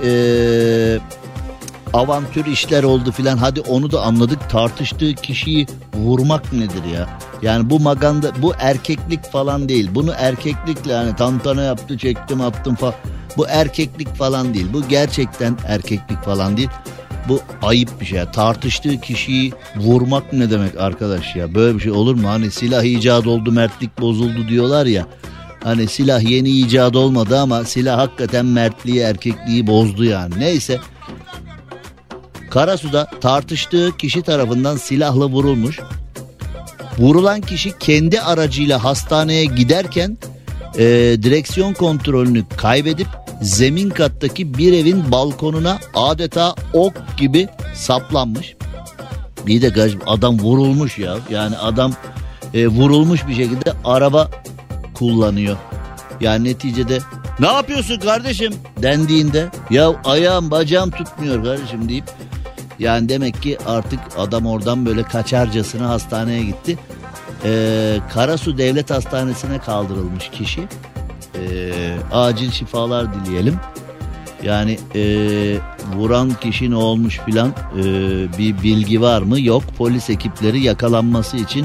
Speaker 3: avantür işler oldu filan, hadi onu da anladık. Tartıştığı kişiyi vurmak nedir ya? Yani bu maganda, bu erkeklik falan değil. Bunu erkeklikle hani tantana yaptı, çektim attım falan. Bu erkeklik falan değil. Bu gerçekten erkeklik falan değil. Bu ayıp bir şey. Tartıştığı kişiyi vurmak ne demek arkadaş ya? Böyle bir şey olur mu? Hani silah icat oldu, mertlik bozuldu diyorlar ya. Hani silah yeni icat olmadı ama silah hakikaten mertliği, erkekliği bozdu yani. Neyse. Karasu'da tartıştığı kişi tarafından silahla vurulmuş. Vurulan kişi kendi aracıyla hastaneye giderken direksiyon kontrolünü kaybedip zemin kattaki bir evin balkonuna adeta ok gibi saplanmış. Bir de adam vurulmuş ya. Yani adam vurulmuş bir şekilde araba kullanıyor. Yani neticede ne yapıyorsun kardeşim dendiğinde ya ayağım bacağım tutmuyor kardeşim deyip, yani demek ki artık adam oradan böyle kaçarcasına hastaneye gitti. Karasu Devlet Hastanesi'ne kaldırılmış kişi. Acil şifalar dileyelim. Yani vuran kişi ne olmuş filan bir bilgi var mı? Yok. Polis ekipleri yakalanması için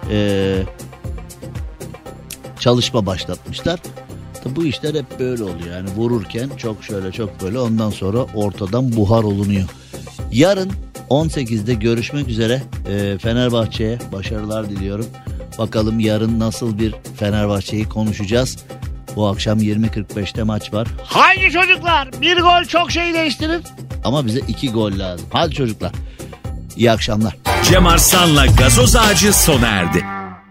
Speaker 3: çalışma başlatmışlar. Bu işler hep böyle oluyor. Yani vururken çok şöyle çok böyle, ondan sonra ortadan buhar olunuyor. Yarın 18'de görüşmek üzere. Fenerbahçe'ye başarılar diliyorum. Bakalım yarın nasıl bir Fenerbahçe'yi konuşacağız. Bu akşam 20.45'te maç var. Haydi çocuklar, bir gol çok şey değiştirir. Ama bize 2 gol lazım. Hadi çocuklar. İyi akşamlar.
Speaker 2: Cem Arslan'la Gazoz Ağacı sona erdi.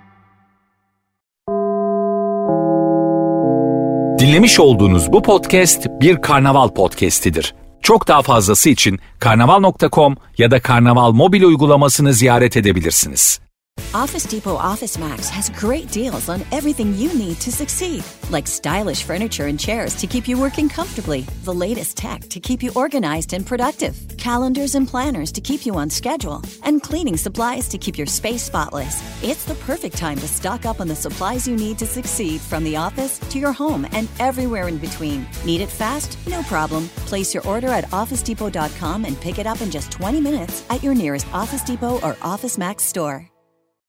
Speaker 1: Dinlemiş olduğunuz bu podcast bir karnaval podcastidir. Çok daha fazlası için karnaval.com ya da karnaval mobil uygulamasını ziyaret edebilirsiniz.
Speaker 6: Office Depot Office Max has great deals on everything you need to succeed, like stylish furniture and chairs to keep you working comfortably, the latest tech to keep you organized and productive, calendars and planners to keep you on schedule, and cleaning supplies to keep your space spotless. It's the perfect time to stock up on the supplies you need to succeed, from the office to your home and everywhere in between. Need it fast? No problem. Place your order at OfficeDepot.com and pick it up in just 20 minutes at your nearest Office Depot or Office Max store.